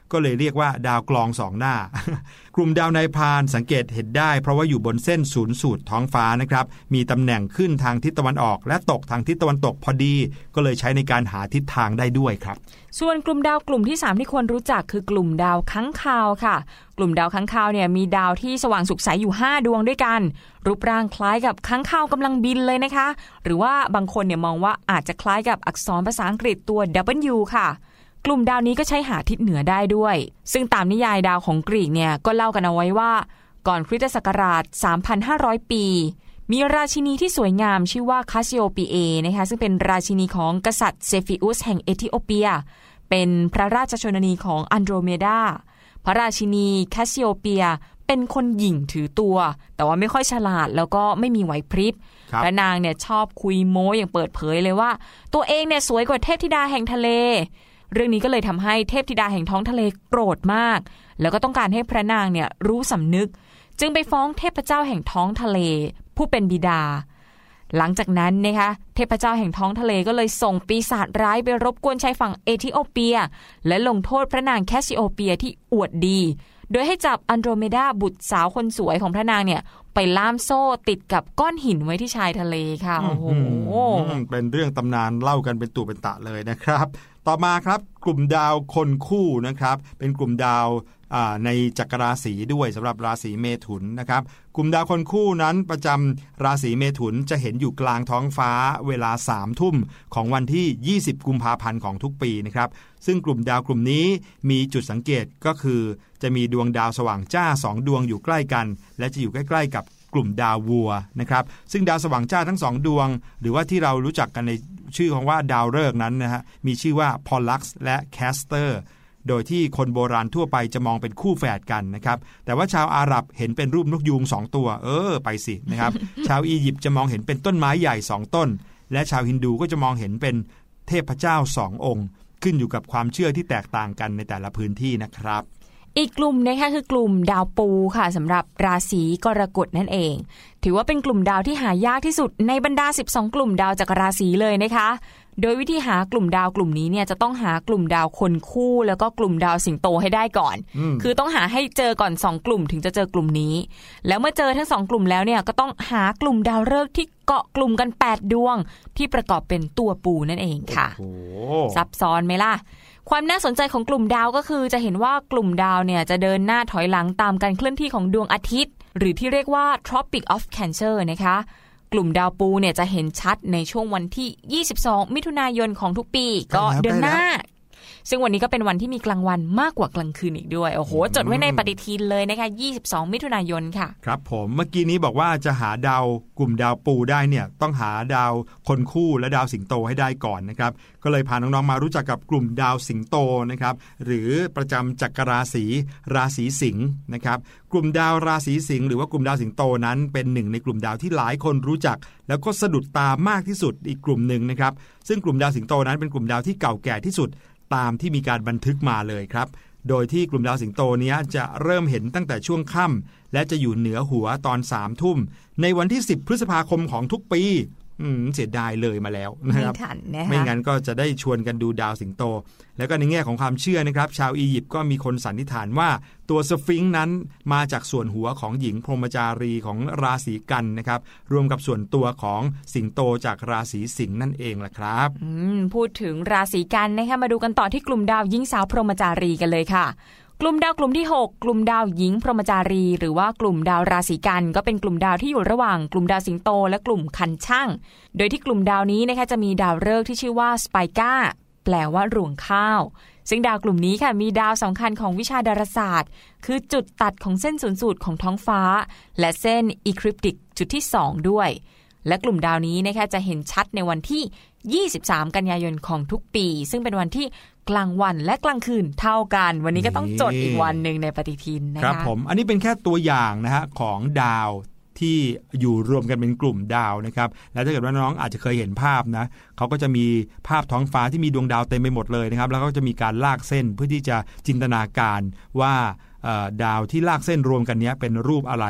ก็เลยเรียกว่าดาวกลองสองหน้า กลุ่มดาวนายพรานสังเกตเห็นได้เพราะว่าอยู่บนเส้นศูนย์สูตรท้องฟ้านะครับมีตำแหน่งขึ้นทางทิศตะวันออกและตกทางทิศตะวันตกพอดีก็เลยใช้ในการหาทิศทางได้ด้วยครับส่วนกลุ่มดาวกลุ่มที่สามที่ควรรู้จักคือกลุ่มดาวค้างคาวค่ะกลุ่มดาวค้างคาวเนี่ยมีดาวที่สว่างสุกใสอยู่ห้าดวงด้วยกันรูปร่างคล้ายกับค้างคาวกำลังบินเลยนะคะหรือว่าบางคนเนี่ยมองว่าอาจจะคล้ายกับอักษรภาษาอังกฤษตัว ดับเบิลยู ค่ะกลุ่มดาวนี้ก็ใช้หาทิศเหนือได้ด้วยซึ่งตามนิยายดาวของกรีกเนี่ยก็เล่ากันเอาไว้ว่าก่อนคริสตศักราช สามพันห้าร้อย ปีมีราชินีที่สวยงามชื่อว่าคาสซิโอปีเอนะคะซึ่งเป็นราชินีของกษัตริย์เซฟิอุสแห่งเอธิโอเปียเป็นพระราชชนนีของอันโดรเมดาพระราชินีคาสซิโอเปียเป็นคนหญิงถือตัวแต่ว่าไม่ค่อยฉลาดแล้วก็ไม่มีไหวพริบพระนางเนี่ยชอบคุยโม้อย่างเปิดเผยเลยว่าตัวเองเนี่ยสวยกว่าเทพธิดาแห่งทะเลเรื่องนี้ก็เลยทำให้เทพธิดาแห่งท้องทะเลโกรธมากแล้วก็ต้องการให้พระนางเนี่ยรู้สำนึกจึงไปฟ้องเทพเจ้าแห่งท้องทะเลผู้เป็นบิดาหลังจากนั้นนะคะเทพเจ้าแห่งท้องทะเลก็เลยส่งปีศาจร้ายไปรบกวนชายฝั่งเอธิโอเปียและลงโทษพระนางแคสซิโอเปียที่อวดดีโดยให้จับอันโดรเมดาบุตรสาวคนสวยของพระนางเนี่ยไปล่ามโซ่ติดกับก้อนหินไว้ที่ชายทะเลค่ะโอ้โหเป็นเรื่องตำนานเล่ากันเป็นตุเป็นตะเลยนะครับต่อมาครับกลุ่มดาวคนคู่นะครับเป็นกลุ่มดาวในจักรราศีด้วยสำหรับราศีเมถุนนะครับกลุ่มดาวคนคู่นั้นประจำราศีเมถุนจะเห็นอยู่กลางท้องฟ้าเวลาสามทุ่มของวันที่ยี่สิบกุมภาพันธ์ของทุกปีนะครับซึ่งกลุ่มดาวกลุ่มนี้มีจุดสังเกตก็คือจะมีดวงดาวสว่างจ้าสองดวงอยู่ใกล้กันและจะอยู่ใกล้ๆกับกลุ่มดาววัวนะครับซึ่งดาวสว่างจ้าทั้งสองดวงหรือว่าที่เรารู้จักกันในชื่อของว่าดาวฤกษ์นั้นนะฮะมีชื่อว่าพอลลักซ์และแคสเตอร์โดยที่คนโบราณทั่วไปจะมองเป็นคู่แฝดกันนะครับแต่ว่าชาวอาหรับเห็นเป็นรูปนกยูงสองตัวเออไปสินะครับ ชาวอียิปต์จะมองเห็นเป็นต้นไม้ใหญ่สองต้นและชาวฮินดูก็จะมองเห็นเป็นเทพเจ้าสององค์ขึ้นอยู่กับความเชื่อที่แตกต่างกันในแต่ละพื้นที่นะครับอีกกลุ่มนะคะคือกลุ่มดาวปูค่ะสำหรับราศีกรกฎนั่นเองถือว่าเป็นกลุ่มดาวที่หายากที่สุดในบรรดาสิบสองกลุ่มดาวจากราศีเลยนะคะโดยวิธีหากลุ่มดาวกลุ่มนี้เนี่ยจะต้องหากลุ่มดาวคนคู่แล้วก็กลุ่มดาวสิงโตให้ได้ก่อนคือต้องหาให้เจอก่อนสองกลุ่มถึงจะเจอกลุ่มนี้แล้วเมื่อเจอทั้งสองกลุ่มแล้วเนี่ยก็ต้องหากลุ่มดาวฤกษ์ที่เกาะกลุ่มกันแปดดวงที่ประกอบเป็นตัวปูนั่นเองค่ะซับซ้อนไหมล่ะความน่าสนใจของกลุ่มดาวก็คือจะเห็นว่ากลุ่มดาวเนี่ยจะเดินหน้าถอยหลังตามการเคลื่อนที่ของดวงอาทิตย์หรือที่เรียกว่า Tropic of Cancer นะคะกลุ่มดาวปูเนี่ยจะเห็นชัดในช่วงวันที่ยี่สิบสองมิถุนายนของทุกปีก็เดือนหน้าซึ่งวันนี้ก็เป็นวันที่มีกลางวันมากกว่ากลางคืนอีกด้วยโอ้โหจดไว้ในปฏิทินเลยนะคะยี่สิบสองมิถุนายนค่ะครับผมเมื่อกี้นี้บอกว่าจะหาดาวกลุ่มดาวปูได้เนี่ยต้องหาดาวคนคู่และดาวสิงโตให้ได้ก่อนนะครับก็เลยพาน้องๆมารู้จักกับกลุ่มดาวสิงโตนะครับหรือประจำจักรราศีราศีสิงห์นะครับกลุ่มดาวราศีสิงห์หรือว่ากลุ่มดาวสิงโตนั้นเป็นหนึ่งในกลุ่มดาวที่หลายคนรู้จักแล้วก็สะดุดตามากที่สุดอีกกลุ่มหนึ่งนะครับซึ่งกลุ่มดาวสิงโตนั้นเป็นกลุ่มดาวที่เก่าแก่ที่สุดตามที่มีการบันทึกมาเลยครับโดยที่กลุ่มดาวสิงโตนี้จะเริ่มเห็นตั้งแต่ช่วงค่ำและจะอยู่เหนือหัวตอนสามทุ่มในวันที่สิบพฤษภาคมของทุกปีอืมเสียดายเลยมาแล้วนะครับไม่ทันนะคะไม่งั้นก็จะได้ชวนกันดูดาวสิงโตแล้วก็ในแง่ของความเชื่อนะครับชาวอียิปต์ก็มีคนสันนิษฐานว่าตัวสฟิงค์นั้นมาจากส่วนหัวของหญิงพรหมจารีของราศีกันนะครับรวมกับส่วนตัวของสิงโตจากราศีสิงห์นั่นเองแหละครับอืมพูดถึงราศีกันนะคะมาดูกันต่อที่กลุ่มดาวหญิงสาวพรหมจารีกันเลยค่ะกลุ่มดาวกลุ่มที่หกกลุ่มดาวหญิงพรหมจารีหรือว่ากลุ่มดาวราศีกันก็เป็นกลุ่มดาวที่อยู่ระหว่างกลุ่มดาวสิงโตและกลุ่มคันช่างโดยที่กลุ่มดาวนี้นะคะจะมีดาวฤกษ์ที่ชื่อว่าสไปก้าแปลว่ารวงข้าวซึ่งดาวกลุ่มนี้ค่ะมีดาวสำคัญของวิชาดาราศาสตร์คือจุดตัดของเส้นศูนย์สูตรของท้องฟ้าและเส้นอีคลิปติกจุดที่สองด้วยและกลุ่มดาวนี้นะคะจะเห็นชัดในวันที่ยี่สิบสามกันยายนของทุกปีซึ่งเป็นวันที่กลางวันและกลางคืนเท่ากันวันนี้ก็ต้องจดอีกวันนึงในปฏิทินนะคะครับผมอันนี้เป็นแค่ตัวอย่างนะฮะของดาวที่อยู่รวมกันเป็นกลุ่มดาวนะครับแล้วถ้าเกิดว่าน้องอาจจะเคยเห็นภาพนะเขาก็จะมีภาพท้องฟ้าที่มีดวงดาวเต็มไปหมดเลยนะครับแล้วก็จะมีการลากเส้นเพื่อที่จะจินตนาการว่าดาวที่ลากเส้นรวมกันนี้เป็นรูปอะไร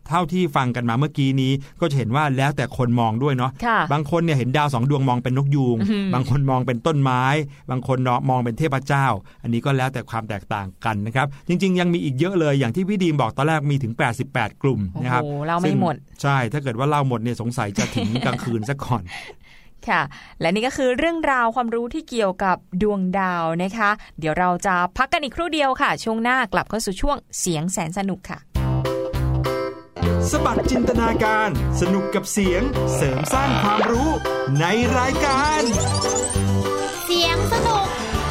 เท่าที่ฟังกันมาเมื่อกี้นี้ก็จะเห็นว่าแล้วแต่คนมองด้วยเนาะบางคนเนี่ยเห็นดาวสองดวงมองเป็นนกยูงบางคนมองเป็นต้นไม้บางคนมองเป็นเทพเจ้าอันนี้ก็แล้วแต่ความแตกต่างกันนะครับจริงๆยังมีอีกเยอะเลยอย่างที่พี่ดีมบอกตอนแรกมีถึงแปดสิบแปดกลุ่มนะครับโอ้เล่าไม่หมดใช่ถ้าเกิดว่าเล่าหมดเนี่ยสงสัยจะถึงกลางคืนซะก่อนค่ะและนี่ก็คือเรื่องราวความรู้ที่เกี่ยวกับดวงดาวนะคะเดี๋ยวเราจะพักกันอีกครู่เดียวค่ะช่วงหน้ากลับเข้าสู่ช่วงเสียงแสนสนุกค่ะสบัดจินตนาการสนุกกับเสียงเสริมสร้างความรู้ในรายการเสียงสนุก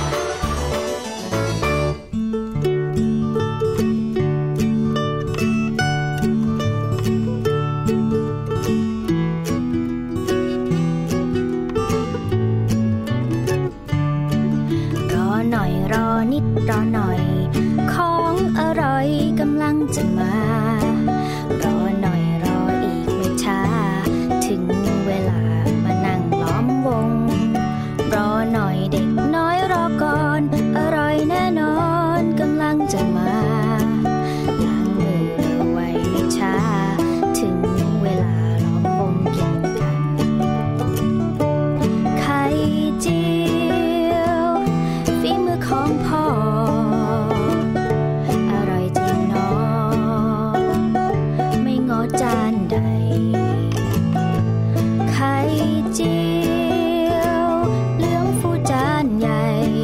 รอหน่อยของอร่อยกำลังจะมารอหน่อยรออีกไม่ช้าถึงเวลามานั่งล้อมวงรอหน่อยเด็กน้อยรอก่อนอร่อยแน่นอนกำลังจะมาล้างมือเร็วไว้ไม่ช้าถึงเวลาล้อมวงกินกันไข่เจียวฝีมือของพ่อจานใดไข่เจียวเหลืองฟูจานใหญ่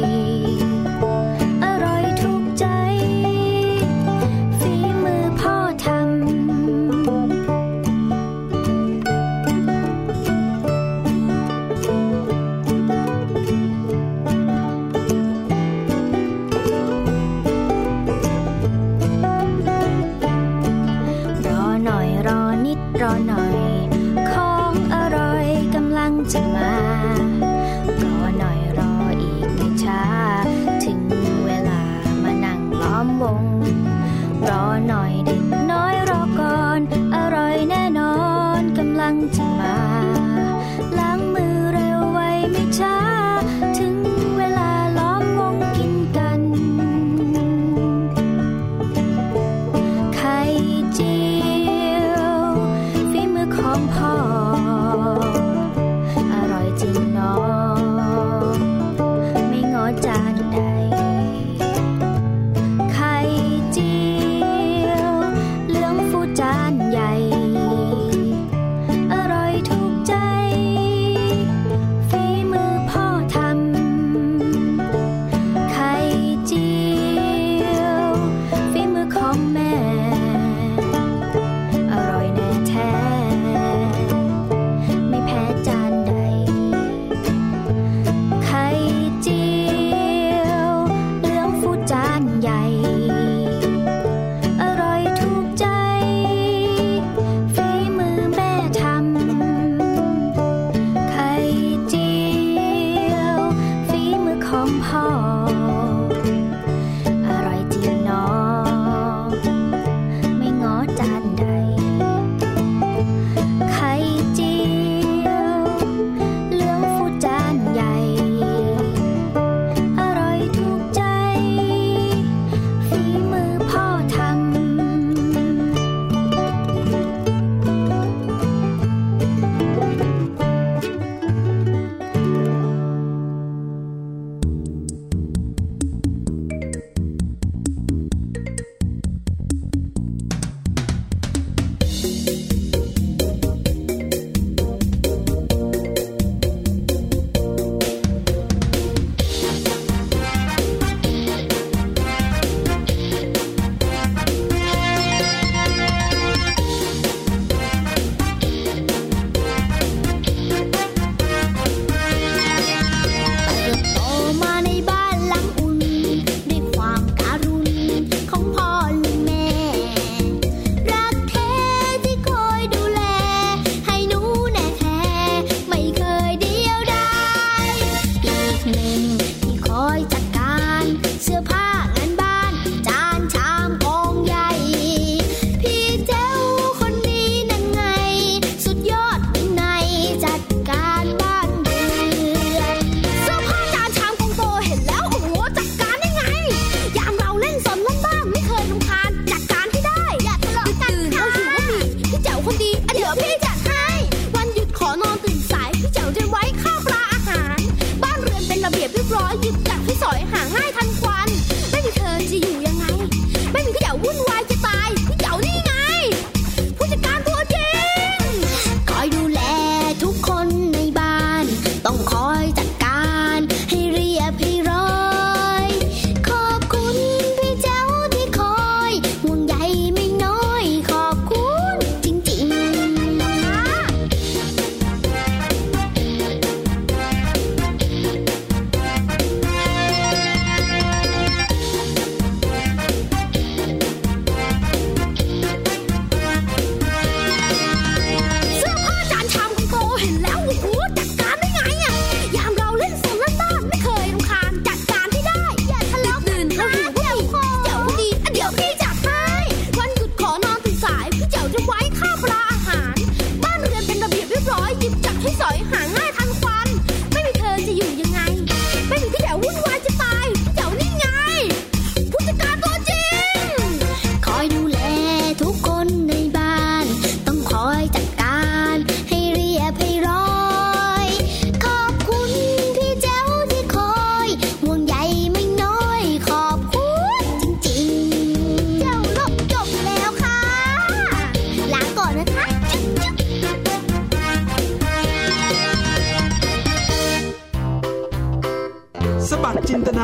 อร่อยถูกใจฝีมือพ่อทำรอหน่อยของอร่อยกำลังจะมารอหน่อยรออีกไม่ช้าถึงเวลามานั่งล้อมวงรอหน่อยเด็กน้อยรอก่อนอร่อยแน่นอนกำลังจะมาล้างมือเร็วไว้ไม่ช้าถึงเวลาล้อมวงกินกันไข่เจียวของพ่ออร่อยจริงเนาะไม่งอจานใดไข่เจียวเหลืองฟูจานใหญ่อร่อยถูกใจฝีมือพ่อทำไข่เจียวฝีมือของแม่อร่อยแน่แท้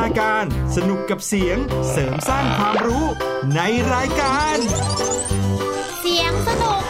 นาการสนุกกับเสียงเสริมสร้างความรู้ในรายการเสียงสนุก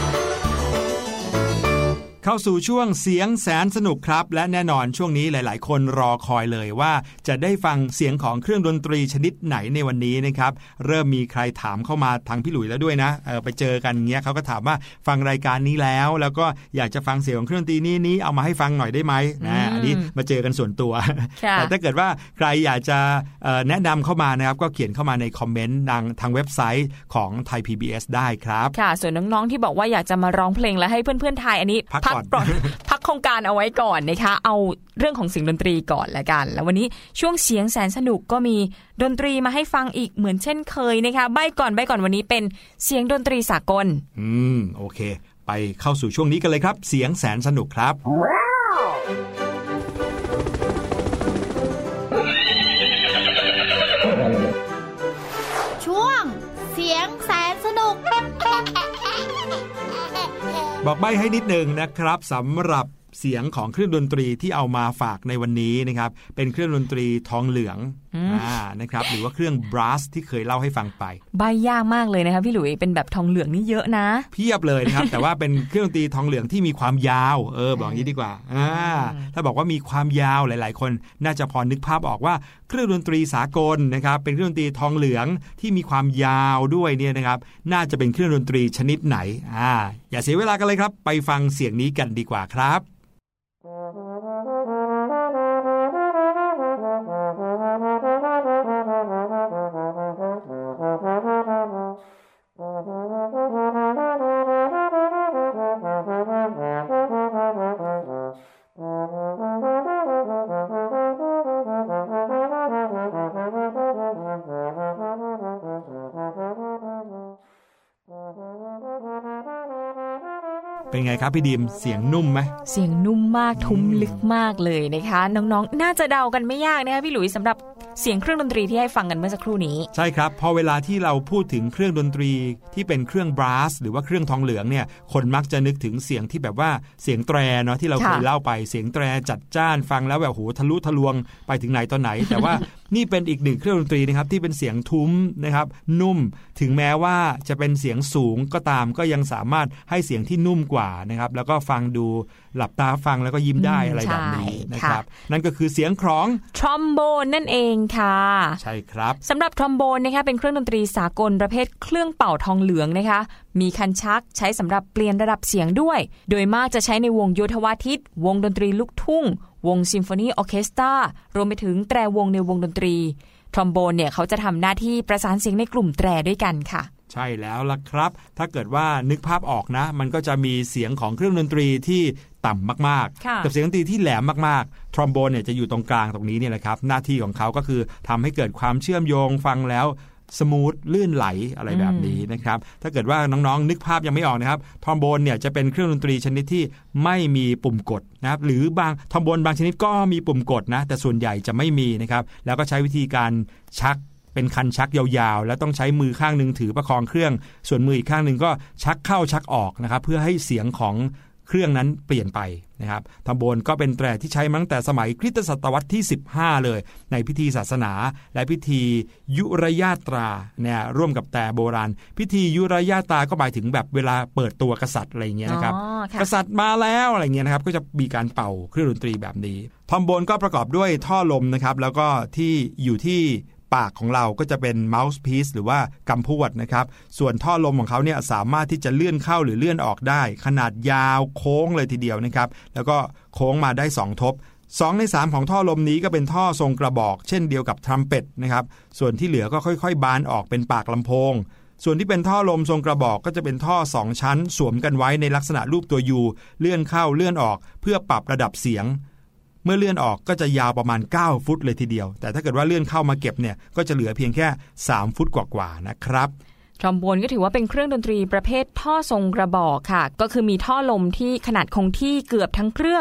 เข้าสู่ช่วงเสียงแสนสนุกครับและแน่นอนช่วงนี้หลายๆคนรอคอยเลยว่าจะได้ฟังเสียงของเครื่องดนตรีชนิดไหนในวันนี้นะครับเริ่มมีใครถามเข้ามาทางพี่หลุยแล้วด้วยนะเออไปเจอกันเงี้ยเขาก็ถามว่าฟังรายการนี้แล้วแล้วก็อยากจะฟังเสียงของเครื่องดนตรีนี้นี้เอามาให้ฟังหน่อยได้ไหมนะอันนี้มาเจอกันส่วนตัวแต่ถ้าเกิดว่าใครอยากจะแนะนำเข้ามานะครับก็เขียนเข้ามาในคอมเมนต์ทางทางเว็บไซต์ของ Thai พี บี เอส ได้ครับค่ะส่วนน้องๆที่บอกว่าอยากจะมาร้องเพลงและให้เพื่อนๆทายอันนี้พักก่อนพักโครงการเอาไว้ก่อนนะคะเอาเรื่องของเสียงดนตรีก่อนละกันแล้ววันนี้ช่วงเสียงแสนสนุกก็มีดนตรีมาให้ฟังอีกเหมือนเช่นเคยนะคะใบ้ก่อนใบ้ก่อนวันนี้เป็นเสียงดนตรีสากลอืมโอเคไปเข้าสู่ช่วงนี้กันเลยครับเสียงแสนสนุกครับช่วงเสียงแสนสนุกบอกใบ้ให้นิดนึงนะครับสำหรับเสียงของเครื่องดนตรีที่เอามาฝากในวันนี้นะครับเป็นเครื่องดนตรีทองเหลืองอ่านะครับหรือว่าเครื่องบรัสที่เคยเล่าให้ฟังไปใบ้ยากมากเลยนะคะพี่หลุยเป็นแบบทองเหลืองนี่เยอะนะเพียบเลยนะครับ แต่ว่าเป็นเครื่องดนตรีทองเหลืองที่มีความยาวเออบอกงี้ดีกว่าอ่าถ้าบอกว่ามีความยาวหลายๆคนน่าจะพอนึกภาพออกว่าเครื่องดนตรีสากลนะครับเป็นเครื่องดนตรีทองเหลืองที่มีความยาวด้วยเนี่ยนะครับน่าจะเป็นเครื่องดนตรีชนิดไหนอ่าอย่าเสียเวลากันเลยครับไปฟังเสียงนี้กันดีกว่าครับเป็นไงครับพี่ดิมเสียงนุ่มไหมเสียงนุ่มมากทุ้มลึกมากเลยนะคะน้องๆน่าจะเดากันไม่ยากนะคะพี่หลุยสำหรับเสียงเครื่องดนตรีที่ให้ฟังกันเมื่อสักครู่นี้ใช่ครับพอเวลาที่เราพูดถึงเครื่องดนตรีที่เป็นเครื่องบรัสหรือว่าเครื่องทองเหลืองเนี่ยคนมักจะนึกถึงเสียงที่แบบว่าเสียงแตรเนาะที่เราเคยเล่าไปเสียงแตรจัดจ้านฟังแล้วแบบโหทะลุทะลวงไปถึงไหนตอนไหน แต่ว่านี่เป็นอีกหนึ่งเครื่องดนตรีนะครับที่เป็นเสียงทุ้มนะครับนุ่มถึงแม้ว่าจะเป็นเสียงสูงก็ตามก็ยังสามารถให้เสียงที่นุ่มกว่านะครับแล้วก็ฟังดูหลับตาฟังแล้วก็ยิ้มได้อะไรแบบนี้นะครับนั่นก็คือเสียงของทรอมโบนนั่นเองค่ะใช่ครับสำหรับทรอมโบนนะคะเป็นเครื่องดนตรีสากลประเภทเครื่องเป่าทองเหลืองนะคะมีคันชักใช้สำหรับเปลี่ยนระดับเสียงด้วยโดยมากจะใช้ในวงโยธวาทิตวงดนตรีลูกทุ่งวงซิมโฟนีออร์เคสตรารวมไปถึงแตรวงในวงดนตรีทรอมโบนเนี่ยเขาจะทำหน้าที่ประสานเสียงในกลุ่มแตรด้วยกันค่ะใช่แล้วล่ะครับถ้าเกิดว่านึกภาพออกนะมันก็จะมีเสียงของเครื่องดนตรีที่ต่ำมากๆกับเสียงดนตรีที่แหลมมากๆทรอมโบนเนี่ยจะอยู่ตรงกลางตรงนี้เนี่ยแหละครับหน้าที่ของเขาก็คือทำให้เกิดความเชื่อมโยงฟังแล้วสมูทลื่นไหลอะไรแบบนี้นะครับถ้าเกิดว่าน้องๆนึกภาพยังไม่ออกนะครับทรอมโบนเนี่ยจะเป็นเครื่องดนตรีชนิดที่ไม่มีปุ่มกดนะครับหรือบางทรอมโบนบางชนิดก็มีปุ่มกดนะแต่ส่วนใหญ่จะไม่มีนะครับแล้วก็ใช้วิธีการชักเป็นคันชักยาวๆแล้วต้องใช้มือข้างนึงถือประคองเครื่องส่วนมืออีกข้างนึงก็ชักเข้าชักออกนะครับเพื่อให้เสียงของเครื่องนั้นเปลี่ยนไปนะครับทรอมโบนก็เป็นแตรที่ใช้มาตั้งแต่สมัยคริสตศตวรรษที่สิบห้าเลยในพิธีศาสนาและพิธียุรญาตราเนี่ยร่วมกับแตรโบราณพิธียุรญาตราก็หมายถึงแบบเวลาเปิดตัวกษัตริย์อะไรอย่างเงี้ยนะครับกษัตริย์มาแล้วอะไรเงี้ยนะครับก็จะมีการเป่าเครื่องดนตรีแบบนี้ทรอมโบนก็ประกอบด้วยท่อลมนะครับแล้วก็ที่อยู่ที่ปากของเราก็จะเป็น mouthpiece หรือว่ากำพวดนะครับส่วนท่อลมของเขาเนี่ยสามารถที่จะเลื่อนเข้าหรือเลื่อนออกได้ขนาดยาวโค้งเลยทีเดียวนะครับแล้วก็โค้งมาได้สองทบสองในสามของท่อลมนี้ก็เป็นท่อทรงกระบอกเช่นเดียวกับทรัมเป็ตนะครับส่วนที่เหลือก็ค่อยๆบานออกเป็นปากลำโพงส่วนที่เป็นท่อลมทรงกระบอกก็จะเป็นท่อสองชั้นสวมกันไว้ในลักษณะรูปตัว U เลื่อนเข้าเลื่อนออกเพื่อปรับระดับเสียงเมื่อเลื่อนออกก็จะยาวประมาณเก้าฟุตเลยทีเดียวแต่ถ้าเกิดว่าเลื่อนเข้ามาเก็บเนี่ยก็จะเหลือเพียงแค่สามฟุตกว่าๆนะครับทรอมโบนก็ถือว่าเป็นเครื่องดนตรีประเภทท่อทรงกระบอกค่ะก็คือมีท่อลมที่ขนาดคงที่เกือบทั้งเครื่อง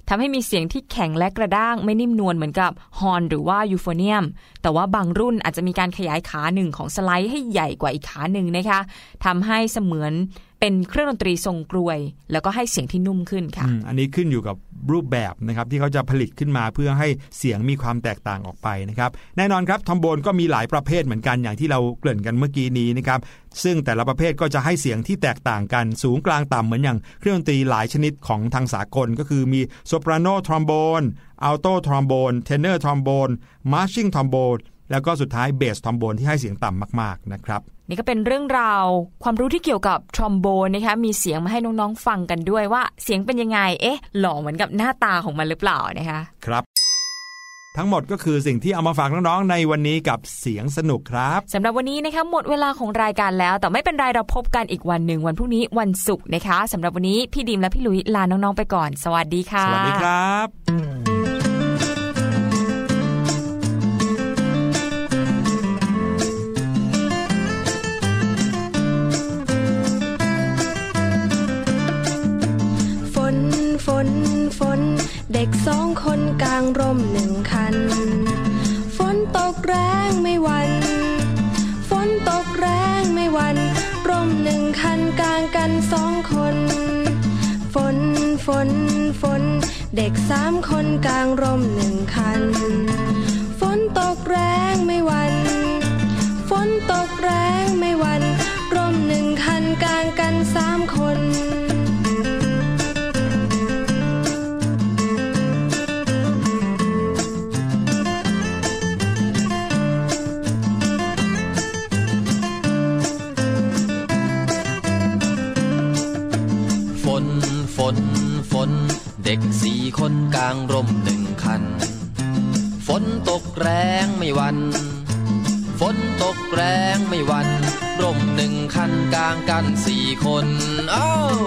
ทำให้มีเสียงที่แข็งและกระด้างไม่นิ่มนวลเหมือนกับฮอร์นหรือว่ายูโฟเนียมแต่ว่าบางรุ่นอาจจะมีการขยายขาหนึ่งของสไลด์ให้ใหญ่กว่าอีกขาหนึ่งนะคะทำให้เสมือนเป็นเครื่องดนตรีทรงกลวยแล้วก็ให้เสียงที่นุ่มขึ้นค่ะอ, อันนี้ขึ้นอยู่กับรูปแบบนะครับที่เขาจะผลิตขึ้นมาเพื่อให้เสียงมีความแตกต่างออกไปนะครับแน่นอนครับทรอมโบนก็มีหลายประเภทเหมือนกันอย่างที่เราเกริ่นกันเมื่อกี้นี้นะครับซึ่งแต่ละประเภทก็จะให้เสียงที่แตกต่างกันสูงกลางต่ำเหมือนอย่างเครื่องดนตรีหลายชนิดของทางสากลก็คือมีโซปราโนทรอมโบนอัลโตทรอมโบนเทเนอร์ทรอมโบนมาร์ชิ่งทรอมโบนแล้วก็สุดท้ายเบสทรอมโบนที่ให้เสียงต่ำมากๆนะครับนี่ก็เป็นเรื่องราวความรู้ที่เกี่ยวกับทรอมโบนนะคะมีเสียงมาให้น้องๆฟังกันด้วยว่าเสียงเป็นยังไงเอ๊ะหล่อเหมือนกับหน้าตาของมันหรือเปล่านะคะครับทั้งหมดก็คือสิ่งที่เอามาฝากน้องๆในวันนี้กับเสียงสนุกครับสำหรับวันนี้นะคะหมดเวลาของรายการแล้วแต่ไม่เป็นไรเราพบกันอีกวันหนึ่งวันพรุ่งนี้วันศุกร์นะคะสำหรับวันนี้พี่ดิมและพี่ลุยลาน้องๆไปก่อนสวัสดีค่ะสวัสดีครับฝนฝนเด็กสองคนกลางร่มหนึ่งคันฝนตกแรงไม่หวั่นฝนตกแรงไม่หวั่นร่มหนึ่งคันกลางกันสองคนฝนฝนฝนเด็กสามคนกลางร่มหนึ่งคันฝนตกแรงไม่หวั่นฝนตกแรงไม่หวั่นร่มหนึ่งคันกลางกันสามคนฝนฝนเด็กสี่คนกลางร่มหนึ่งคันฝนตกแรงไม่หวั่นฝนตกแรงไม่หวั่นร่มหนึ่งคันกลางกันสี่คนอ้าว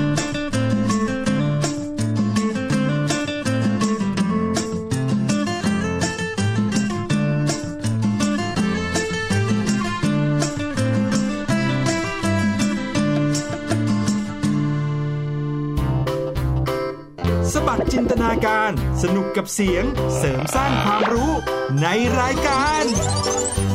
สบัดจินตนาการสนุกกับเสียงเสริมสร้างความรู้ในรายการ